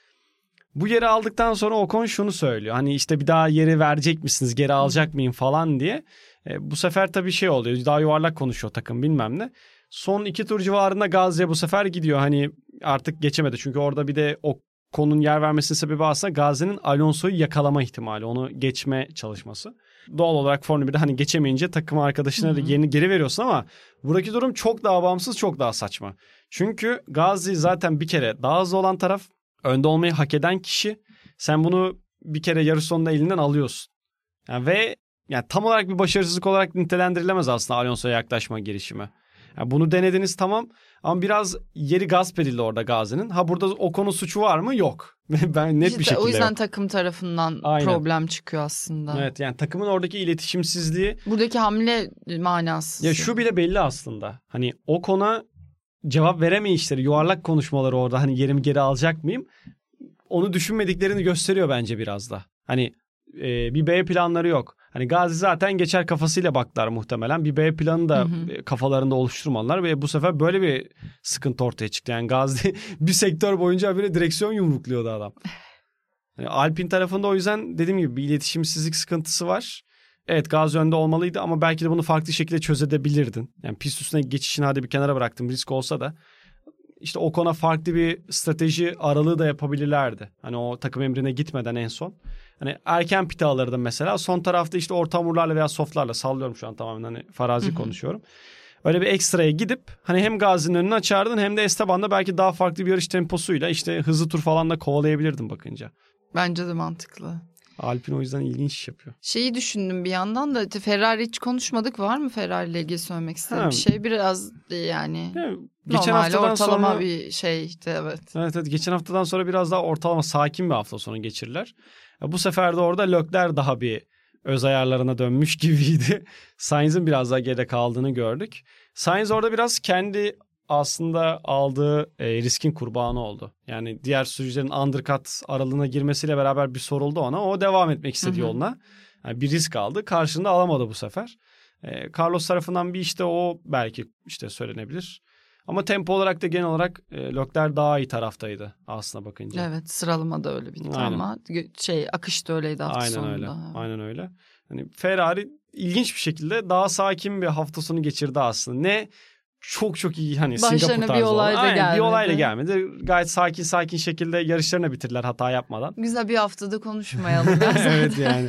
Bu yeri aldıktan sonra Ocon şunu söylüyor. Hani işte bir daha yeri verecek misiniz, geri alacak mıyım falan diye. Bu sefer tabii şey oluyor. Daha yuvarlak konuşuyor takım bilmem ne. Son 2 tur civarında Gasly'ye bu sefer gidiyor. Hani artık geçemedi. Çünkü orada bir de Ocon'un yer vermesinin sebebi aslında Gasly'nin Alonso'yu yakalama ihtimali. Onu geçme çalışması. Doğal olarak Formula 1'de hani geçemeyince takım arkadaşına da yerini geri veriyorsun ama buradaki durum çok daha bağımsız, çok daha saçma. Çünkü Gasly zaten bir kere daha hızlı olan taraf. Önde olmayı hak eden kişi. Sen bunu bir kere yarış sonunda elinden alıyorsun. Ve tam olarak bir başarısızlık olarak nitelendirilemez aslında Alonso'ya yaklaşma girişimi. Bunu denediniz tamam ama biraz yeri gasp edildi orada Gasly'nin. Burada Ocon'un suçu var mı? Yok. Ben net bir şekilde o yüzden yok. Takım tarafından problem çıkıyor aslında. Evet yani takımın oradaki iletişimsizliği. Buradaki hamle manasız. Ya şu bile belli aslında. Hani Ocon'a cevap veremeyişleri, yuvarlak konuşmaları orada hani yerimi geri alacak mıyım? Onu düşünmediklerini gösteriyor bence biraz da. Hani bir B planları yok. Hani Gasly zaten geçer kafasıyla baktılar muhtemelen. Bir B planı da kafalarında oluşturmalılar ve bu sefer böyle bir sıkıntı ortaya çıktı. Yani Gasly bir sektör boyunca böyle direksiyon yumrukluyordu adam. Yani Alpine tarafında o yüzden dediğim gibi bir iletişimsizlik sıkıntısı var. Evet Gasly önde olmalıydı ama belki de bunu farklı şekilde çözebilirdin. Yani pist üstüne geçişini hadi bir kenara bıraktım risk olsa da. İşte Ocon'a farklı bir strateji aralığı da yapabilirlerdi. Hani o takım emrine gitmeden en son. Hani erken pite alırdım mesela. Son tarafta işte orta hamurlarla veya softlarla sallıyorum şu an tamamen hani farazi konuşuyorum. Öyle bir ekstraya gidip hani hem Gasly'nin önünü açardın hem de Esteban'da belki daha farklı bir yarış temposuyla işte hızlı tur falan da kovalayabilirdin bakınca. Bence de mantıklı. Alpine o yüzden ilginç iş yapıyor. Şeyi düşündüm bir yandan da Ferrari hiç konuşmadık. Var mı Ferrari ile ilgili söylemek istediğim bir şey? Biraz yani geçen normalde haftadan ortalama sonra, bir şeydi evet. Evet geçen haftadan sonra biraz daha ortalama sakin bir hafta sonu geçirirler. Bu sefer de orada Leclerc daha bir öz ayarlarına dönmüş gibiydi. Sainz'in biraz daha geride kaldığını gördük. Sainz orada biraz kendi aslında aldığı riskin kurbanı oldu. Yani diğer sürücülerin undercut aralığına girmesiyle beraber bir soruldu ona. O devam etmek istedi yoluna. Yani bir risk aldı. Karşılığında alamadı bu sefer. Carlos tarafından bir işte o belki işte söylenebilir. Ama tempo olarak da genel olarak Leclerc daha iyi taraftaydı aslına bakınca. Evet, sıralamada öyle bitti ama akış da öyleydi hafta sonunda. Öyle. Aynen öyle. Hani Ferrari ilginç bir şekilde daha sakin bir hafta sonu geçirdi aslında. Ne çok iyi hani Singapur tarzı. Bir olayla gelmedi. Bir olayla gelmedi. Gayet sakin şekilde yarışlarını bitirdiler hata yapmadan. Güzel bir haftada konuşmayalım. Evet yani.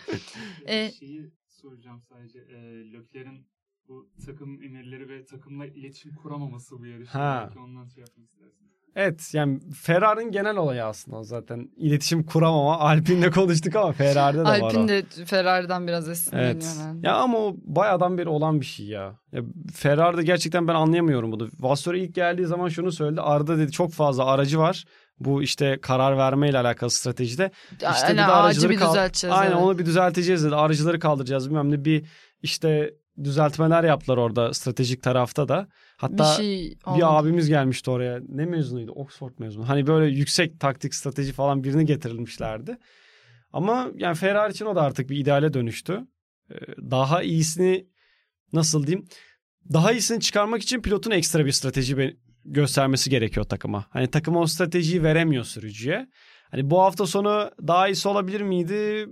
Şeyi soracağım sadece. Leclerc'in bu takım emirleri ve takımla iletişim kuramaması bu yarışta. Belki ondan yapmak istersiniz. Evet yani Ferrari'nin genel olayı aslında zaten iletişim kuramama. Alpine'le konuştuk ama Ferrari'de de var o. Alpine de Ferrari'den biraz esinleniyor. Evet. Ya ama o bayağıdan beri olan bir şey ya. Ferrari'de gerçekten ben anlayamıyorum bunu. Vassouri ilk geldiği zaman şunu söyledi. Arda dedi çok fazla aracı var. Bu işte karar vermeyle alakalı stratejide. İşte yani ağacı bir düzelteceğiz. Aynen onu bir düzelteceğiz dedi. Aracıları kaldıracağız bilmem ne bir işte düzeltmeler yaptılar orada stratejik tarafta da. Hatta bir abimiz gelmişti oraya. Ne mezunuydu? Oxford mezunu. Hani böyle yüksek taktik strateji falan birini getirilmişlerdi. Ama yani Ferrari için o da artık bir ideale dönüştü. Daha iyisini nasıl diyeyim? Daha iyisini çıkarmak için pilotun ekstra bir strateji göstermesi gerekiyor takıma. Hani takım o stratejiyi veremiyor sürücüye. Hani bu hafta sonu daha iyisi olabilir miydi?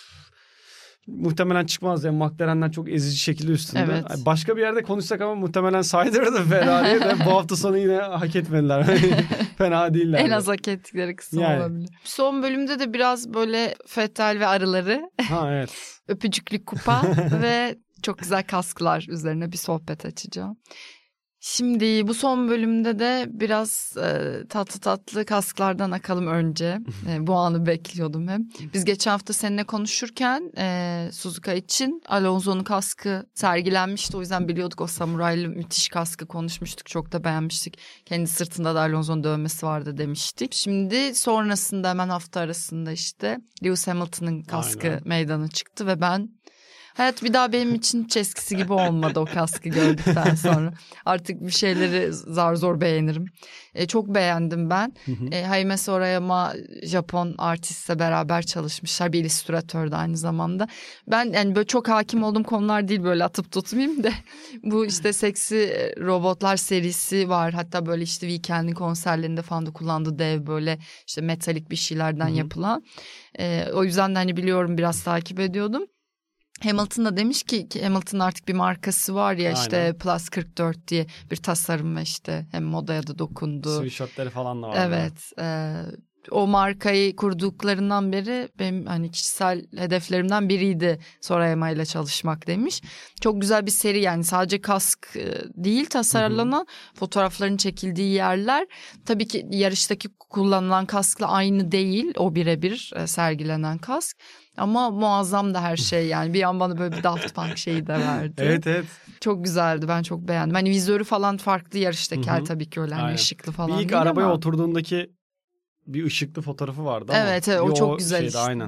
Muhtemelen çıkmaz. Yani McLaren'den çok ezici şekilde üstünde. Evet. Başka bir yerde konuşsak ama muhtemelen saydırdı Ferrari'ye de bu hafta sonu yine hak etmediler. Fena değiller. En az hak ettikleri kısım olabilir. Son bölümde de biraz böyle Vettel ve arıları. Evet. Öpücüklük kupa ve çok güzel kasklar üzerine bir sohbet açacağım. Şimdi bu son bölümde de biraz tatlı kasklardan akalım önce. Bu anı bekliyordum hem. Biz geçen hafta seninle konuşurken Suzuka için Alonso'nun kaskı sergilenmişti. O yüzden biliyorduk o samuraylı müthiş kaskı konuşmuştuk. Çok da beğenmiştik. Kendi sırtında da Alonso'nun dövmesi vardı demiştik. Şimdi sonrasında hemen hafta arasında işte Lewis Hamilton'ın kaskı meydana çıktı ve ben... Hayat bir daha benim için hiç eskisi gibi olmadı o kaskı gördükten sonra. Artık bir şeyleri zar zor beğenirim. Çok beğendim ben. Hayime Sorayama Japon artistle beraber çalışmışlar. Bir illüstratör de aynı zamanda. Ben yani böyle çok hakim olduğum konular değil böyle atıp tutmayayım da. Bu işte seksi robotlar serisi var. Hatta böyle işte Weekend'in konserlerinde falan da kullandığı dev böyle işte metalik bir şeylerden yapılan. O yüzden de hani biliyorum biraz takip ediyordum. Hamilton da demiş ki Hamilton'ın artık bir markası var ya işte Plus 44 diye bir tasarım ve işte hem modaya da dokundu. Sweatshirtleri falan da var. Evet. O markayı kurduklarından beri benim hani kişisel hedeflerimden biriydi Sorayama ile çalışmak demiş. Çok güzel bir seri yani sadece kask değil tasarlanan fotoğrafların çekildiği yerler. Tabii ki yarıştaki kullanılan kaskla aynı değil o birebir sergilenen kask. Ama muazzam da her şey yani bir an bana böyle bir Daft Punk şeyi de verdi. Evet. Çok güzeldi ben çok beğendim. Hani vizörü falan farklı yarıştaki tabii ki öyle hani ışıklı falan. Bir ilk arabaya oturduğundaki bir ışıklı fotoğrafı vardı ama. Evet o çok güzel şeydi, işte. Aynen.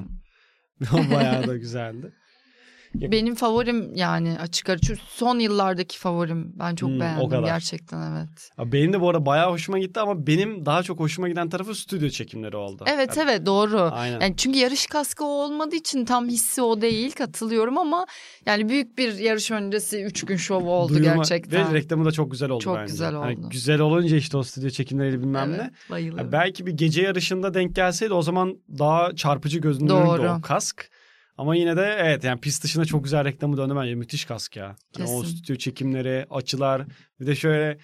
O bayağı da güzeldi. Benim favorim yani açık ara son yıllardaki favorim. Ben çok beğendim gerçekten evet. Benim de bu arada bayağı hoşuma gitti ama benim daha çok hoşuma giden tarafı stüdyo çekimleri oldu. Evet yani, evet doğru. Aynen. Yani çünkü yarış kaskı olmadığı için tam hissi o değil katılıyorum ama yani büyük bir yarış öncesi 3 gün şovu oldu gerçekten. Ve reklamı da çok güzel oldu çok bence. Çok güzel oldu. Yani güzel olunca işte o stüdyo çekimleriyle bilmem ne. Bayılıyorum. Yani belki bir gece yarışında denk gelseydi o zaman daha çarpıcı görünürdü o kask. Ama yine de evet yani pist dışında çok güzel reklamı döndü bence. Müthiş kask ya. Yani o stüdyo çekimleri, açılar. Bir de şöyle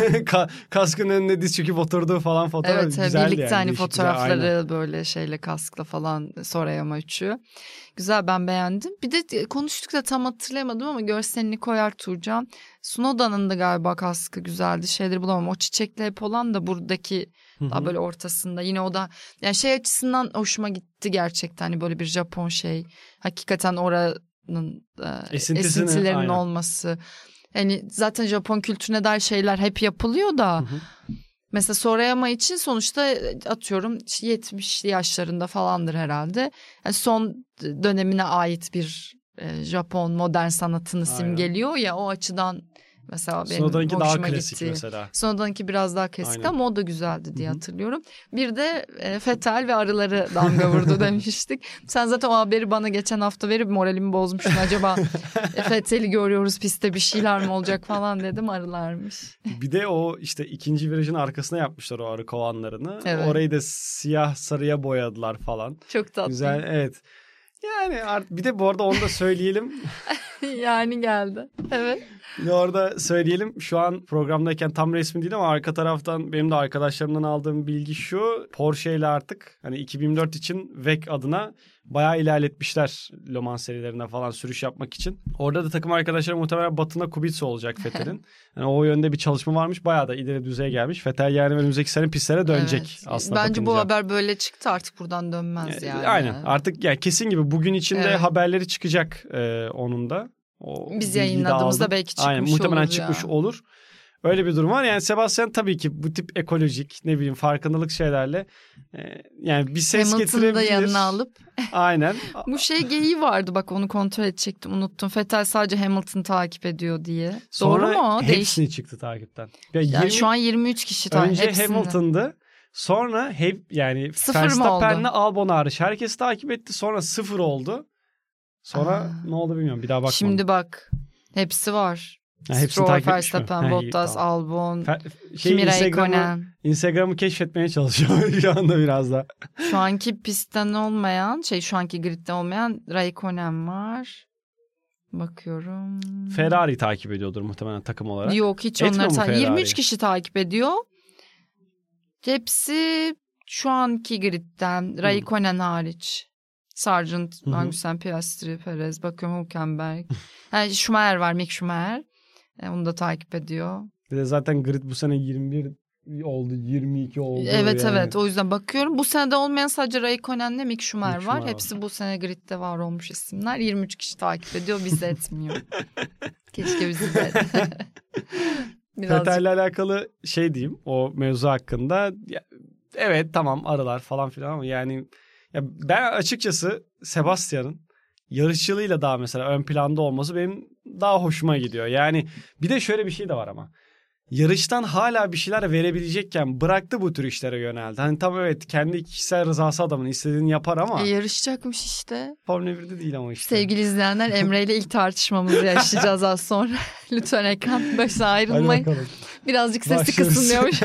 kaskın önüne diz çöküp oturduğu falan fotoğraf güzeldi yani. Evet birlikte hani fotoğrafları güzel, böyle şeyle kaskla falan Sorayama üçü. Güzel ben beğendim. Bir de konuştuk da tam hatırlayamadım ama görselini koyar Turcan. Sunoda'nın da galiba kaskı güzeldi. Şeyleri bulamam. O çiçekli hep olan da buradaki daha böyle ortasında. Yine o da yani şey açısından hoşuma gitti gerçekten. Hani böyle bir Japon şey. Hakikaten oranın esintilerinin olması. Yani zaten Japon kültürüne dair şeyler hep yapılıyor da. Mesela Sorayama için sonuçta atıyorum 70'li yaşlarında falandır herhalde. Yani son dönemine ait bir Japon modern sanatını simgeliyor ya o açıdan Mesela benim Sunoda'nınki daha hoşuma klasik gitti. mesela. Sunoda'nınki biraz daha klasik. Aynen. Ama o da güzeldi diye hatırlıyorum. Bir de Vettel ve arıları damga vurdu demiştik. Sen zaten o haberi bana geçen hafta verip moralimi bozmuştun. Acaba Vettel'i görüyoruz pistte, bir şeyler mi olacak falan dedim, arılarmış. Bir de o işte ikinci virajın arkasına yapmışlar o arı kovanlarını. Evet. Orayı da siyah sarıya boyadılar falan. Çok tatlı. Güzel, evet. Yani bir de bu arada onu da söyleyelim. Yani geldi. Evet. Bir de orada söyleyelim. Şu an programdayken tam resmi değil ama arka taraftan benim de arkadaşlarımdan aldığım bilgi şu. Porsche ile artık hani 2024 için WEC adına bayağı ilerletmişler Le Mans serilerine falan sürüş yapmak için. Orada da takım arkadaşları muhtemelen Batına Kubica olacak Vettel'in. Yani o yönde bir çalışma varmış. Bayağı da ileri düzeye gelmiş. Vettel yani önümüzdeki sene pistlere dönecek aslında. Bence bakınca. Bu haber böyle çıktı, artık buradan dönmez yani. Aynen, artık yani kesin gibi bugün içinde haberleri çıkacak onun da. Biz yayınladığımızda belki çıkmış olur. Aynen, muhtemelen ya. çıkmış olur. Öyle bir durum var. Yani Sebastian tabii ki bu tip ekolojik, ne bileyim, farkındalık şeylerle yani bir ses getirebilir. Hamilton'ı da yanına alıp. Aynen. Bu geyiği vardı, bak onu kontrol edecektim, unuttum. Vettel sadece Hamilton'ı takip ediyor diye. Sonra doğru mu? Hepsini çıktı takipten. Yani şu an 23 kişi takip. Önce hepsini. Hamilton'dı. Sonra yani Verstappen'le Albon hariç herkes takip etti. Sonra 0 oldu. Sonra ne oldu bilmiyorum. Bir daha bakmadım. Şimdi bak, hepsi var. Stroll, Verstappen, Bottas, tamam. Albon, Kimi Räikkönen. Instagram'ı keşfetmeye çalışıyor şu anda biraz da. Şu anki pistten olmayan, şu anki gridde olmayan Räikkönen var. Bakıyorum. Ferrari takip ediyordur muhtemelen takım olarak. Yok, hiç onları 23 kişi takip ediyor. Hepsi şu anki gridden, Räikkönen hariç. Sargent, Magnussen, Piastri, Perez, bakıyorum Hülkenberg. Schumacher var, Mick Schumacher. Onu da takip ediyor. Bir de zaten grid bu sene 21 oldu, 22 oldu. Evet, o yüzden bakıyorum. Bu senede olmayan sadece Räikkönen'le Mick Schumacher var. Hepsi bu sene gridde var olmuş isimler. 23 kişi takip ediyor, bizi etmiyor. Keşke bizi de. Vettel'le alakalı diyeyim o mevzu hakkında. Evet, tamam, arılar falan filan ama yani ben açıkçası Sebastian'ın yarışçılığıyla daha mesela ön planda olması benim daha hoşuma gidiyor. Yani bir de şöyle bir şey de var ama. Yarıştan hala bir şeyler verebilecekken bıraktı, bu tür işlere yöneldi. Hani tam evet, kendi kişisel rızası adamın istediğini yapar ama. Yarışacakmış işte. Formula 1'de değil ama işte. Sevgili izleyenler, Emre ile ilk tartışmamızı yaşayacağız az sonra. Lütfen ekran başına ayrılmayın. Birazcık sesi kısın diyormuş.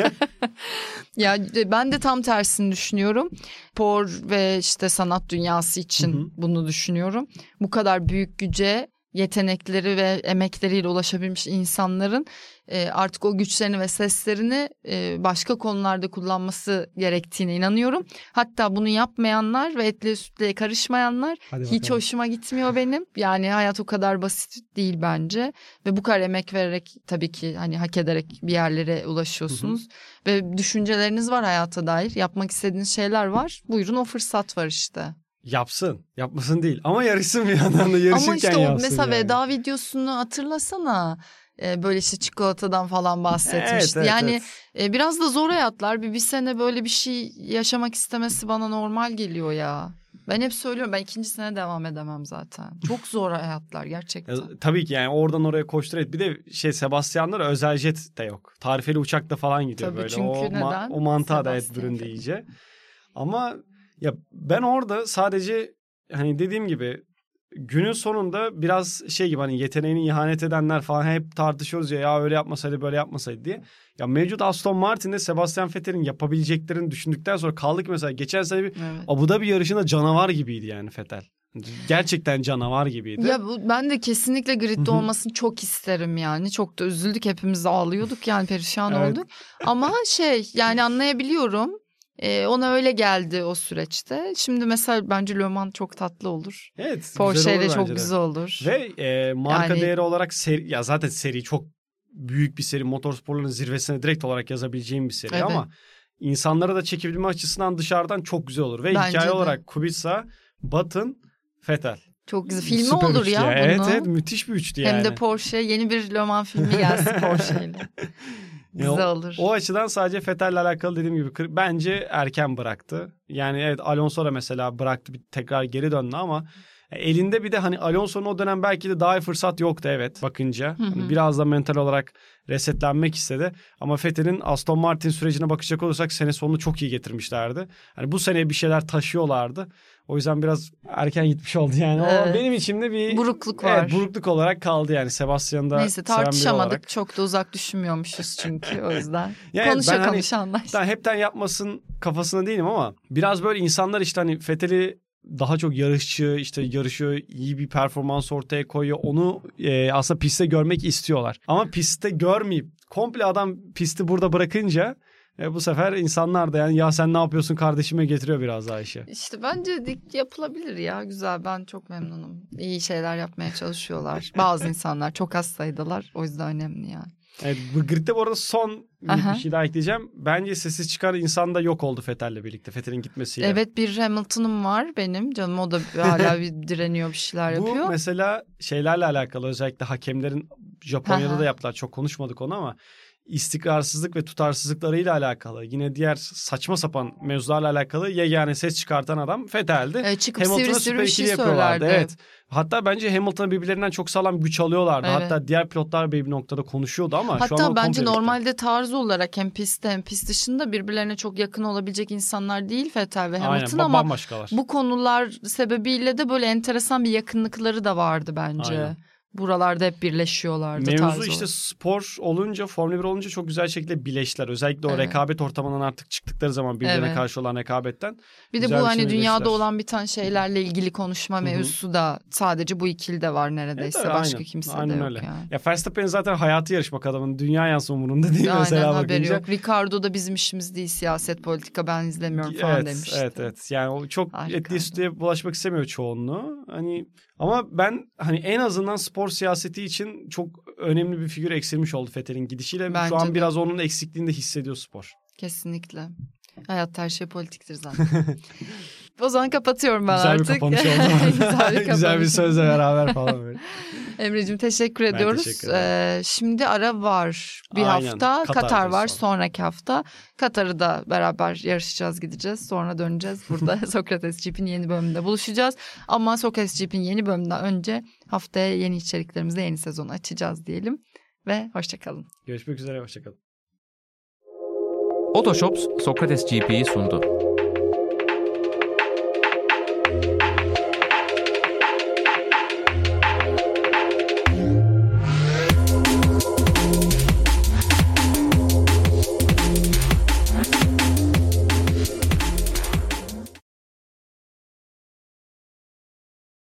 Ya ben de tam tersini düşünüyorum. Spor ve sanat dünyası için bunu düşünüyorum. Bu kadar büyük güce, yetenekleri ve emekleriyle ulaşabilmiş insanların artık o güçlerini ve seslerini başka konularda kullanması gerektiğine inanıyorum. Hatta bunu yapmayanlar ve etliye sütlüye karışmayanlar hiç hoşuma gitmiyor benim. Yani hayat o kadar basit değil bence ve bu kadar emek vererek tabii ki hak ederek bir yerlere ulaşıyorsunuz ve düşünceleriniz var hayata dair, yapmak istediğiniz şeyler var. Buyurun, o fırsat var işte. Yapsın. Yapmasın değil. Ama yarışsın bir yandan da, yarışırken ama yapsın. Mesela veda videosunu hatırlasana. Böyle çikolatadan falan bahsetmişti. Evet. Biraz da zor hayatlar. Bir sene böyle bir şey yaşamak istemesi bana normal geliyor ya. Ben hep söylüyorum, ben 2. sene devam edemem zaten. Çok zor hayatlar gerçekten. Tabii ki yani oradan oraya koştur. Bir de Sebastian'lar özel jet de yok. Tarifeli uçakla falan gidiyor. Tabii, böyle. Çünkü neden? O mantığa da büründü iyice. Ama ya ben orada sadece dediğim gibi günün sonunda biraz gibi yeteneğini ihanet edenler falan hep tartışıyoruz ya öyle yapmasaydı böyle yapmasaydı diye. Ya mevcut Aston Martin'de Sebastian Vettel'in yapabileceklerini düşündükten sonra kaldık mesela geçen sene Abu Dhabi yarışında canavar gibiydi yani Vettel. Gerçekten canavar gibiydi. Ya ben de kesinlikle gridde olmasını çok isterim yani. Çok da üzüldük, hepimiz ağlıyorduk yani, perişan olduk. Ama anlayabiliyorum. Ona öyle geldi o süreçte. Şimdi mesela bence Le Mans çok tatlı olur. Evet. Porsche ile çok güzel olur. Ve marka değeri olarak zaten seri çok büyük bir seri. Motorsporların zirvesine direkt olarak yazabileceğim bir seri ama insanlara da çekebilme açısından dışarıdan çok güzel olur. Ve bence hikaye olarak Kubica, Button, Vettel. Çok güzel. Filmi süper olur ya bunu. Evet, müthiş bir üçlü yani. Hem de Porsche, yeni bir Le Mans filmi gelsin Porsche ile. Güzel olur. O açıdan sadece Vettel'le alakalı dediğim gibi bence erken bıraktı. Yani evet, Alonso da mesela bıraktı, bir tekrar geri döndü ama Elinde bir de hani Alonso'nun o dönem belki de daha iyi fırsat yoktu evet bakınca. Hani biraz da mental olarak resetlenmek istedi. Ama Vettel'in Aston Martin sürecine bakacak olursak sene sonunu çok iyi getirmişlerdi. Hani bu sene bir şeyler taşıyorlardı. O yüzden biraz erken gitmiş oldu yani. Evet. O benim içimde bir burukluk var. Evet, burukluk olarak kaldı yani Sebastian'da. Neyse tartışamadık. Çok da uzak düşünmüyormuşuz çünkü o yüzden. Yani konuşa anlaş. Ben hepten yapmasın kafasında değilim ama biraz böyle insanlar işte hani Vettel'i daha çok yarışçı, işte yarışıyor, iyi bir performans ortaya koyuyor. Onu aslında pistte görmek istiyorlar. Ama pistte görmeyip komple adam pisti burada bırakınca bu sefer insanlar da yani ya sen ne yapıyorsun kardeşime getiriyor biraz daha işi. İşte bence yapılabilir ya, güzel, ben çok memnunum. İyi şeyler yapmaya çalışıyorlar. Bazı insanlar çok az sayıdalar, o yüzden önemli yani. Evet, bu gridde bu arada son bir şey daha ekleyeceğim. Bence sessiz çıkan insan da yok oldu Vettel'le birlikte. Vettel'in gitmesiyle. Evet, bir Hamilton'ım var benim canım, o da hala bir direniyor, bir şeyler yapıyor. Bu mesela şeylerle alakalı, özellikle hakemlerin Japonya'da da yaptılar. Çok konuşmadık onu ama istikrarsızlık ve tutarsızlıklarıyla alakalı, yine diğer saçma sapan mevzularla alakalı yegane ses çıkartan adam Vettel'di. Çıkıp sivri bir şey söylerdi. Evet. Hatta bence Hamilton'a birbirlerinden çok sağlam güç alıyorlardı. Evet. Hatta diğer pilotlar bir noktada konuşuyordu ama hatta şu an bence normalde tarzı olarak hem pistte hem pist dışında birbirlerine çok yakın olabilecek insanlar değil Vettel ve Hamilton. Aynen, ama bu konular sebebiyle de böyle enteresan bir yakınlıkları da vardı bence. Aynen. Buralarda hep birleşiyorlardı. Mevzu işte spor olunca, Formula 1 olunca çok güzel şekilde birleştiler. Özellikle o rekabet ortamından artık çıktıkları zaman birbirine karşı olan rekabetten. Bir de bu hani dünyada olan biten şeylerle ilgili konuşma mevzusu da sadece bu ikilide var neredeyse. Evet, başka kimse de yok öyle. Yani. Ya Verstappen'in zaten hayatı yarışmak adamın. Dünya yansın umurunda değil mesela bakınca. Haberi yok. Ricardo da bizim işimiz değil, siyaset politika ben izlemiyorum falan demişti. Evet. Yani o çok etli sütüye bulaşmak istemiyor çoğunluğu. Hani ama ben hani en azından spor siyaseti için çok önemli bir figür eksilmiş oldu Vettel'in gidişiyle. Bence şu an de. Biraz onun eksikliğini de hissediyor spor. Kesinlikle. Hayatta her şey politiktir zaten. O zaman kapatıyorum ben güzel artık. Güzel bir kapanış oldu. Güzel bir sözle beraber falan böyle. Emre'cim teşekkür ediyoruz. Teşekkür ederim. Şimdi ara var bir hafta. Katar var sonraki hafta. Katar'ı da beraber yarışacağız, gideceğiz. Sonra döneceğiz. Burada Sokrates GP'nin yeni bölümünde buluşacağız. Ama Sokrates GP'nin yeni bölümünden önce haftaya yeni içeriklerimizle yeni sezonu açacağız diyelim. Ve hoşçakalın. Görüşmek üzere, hoşçakalın. Otoshops Sokrates GP'yi sundu.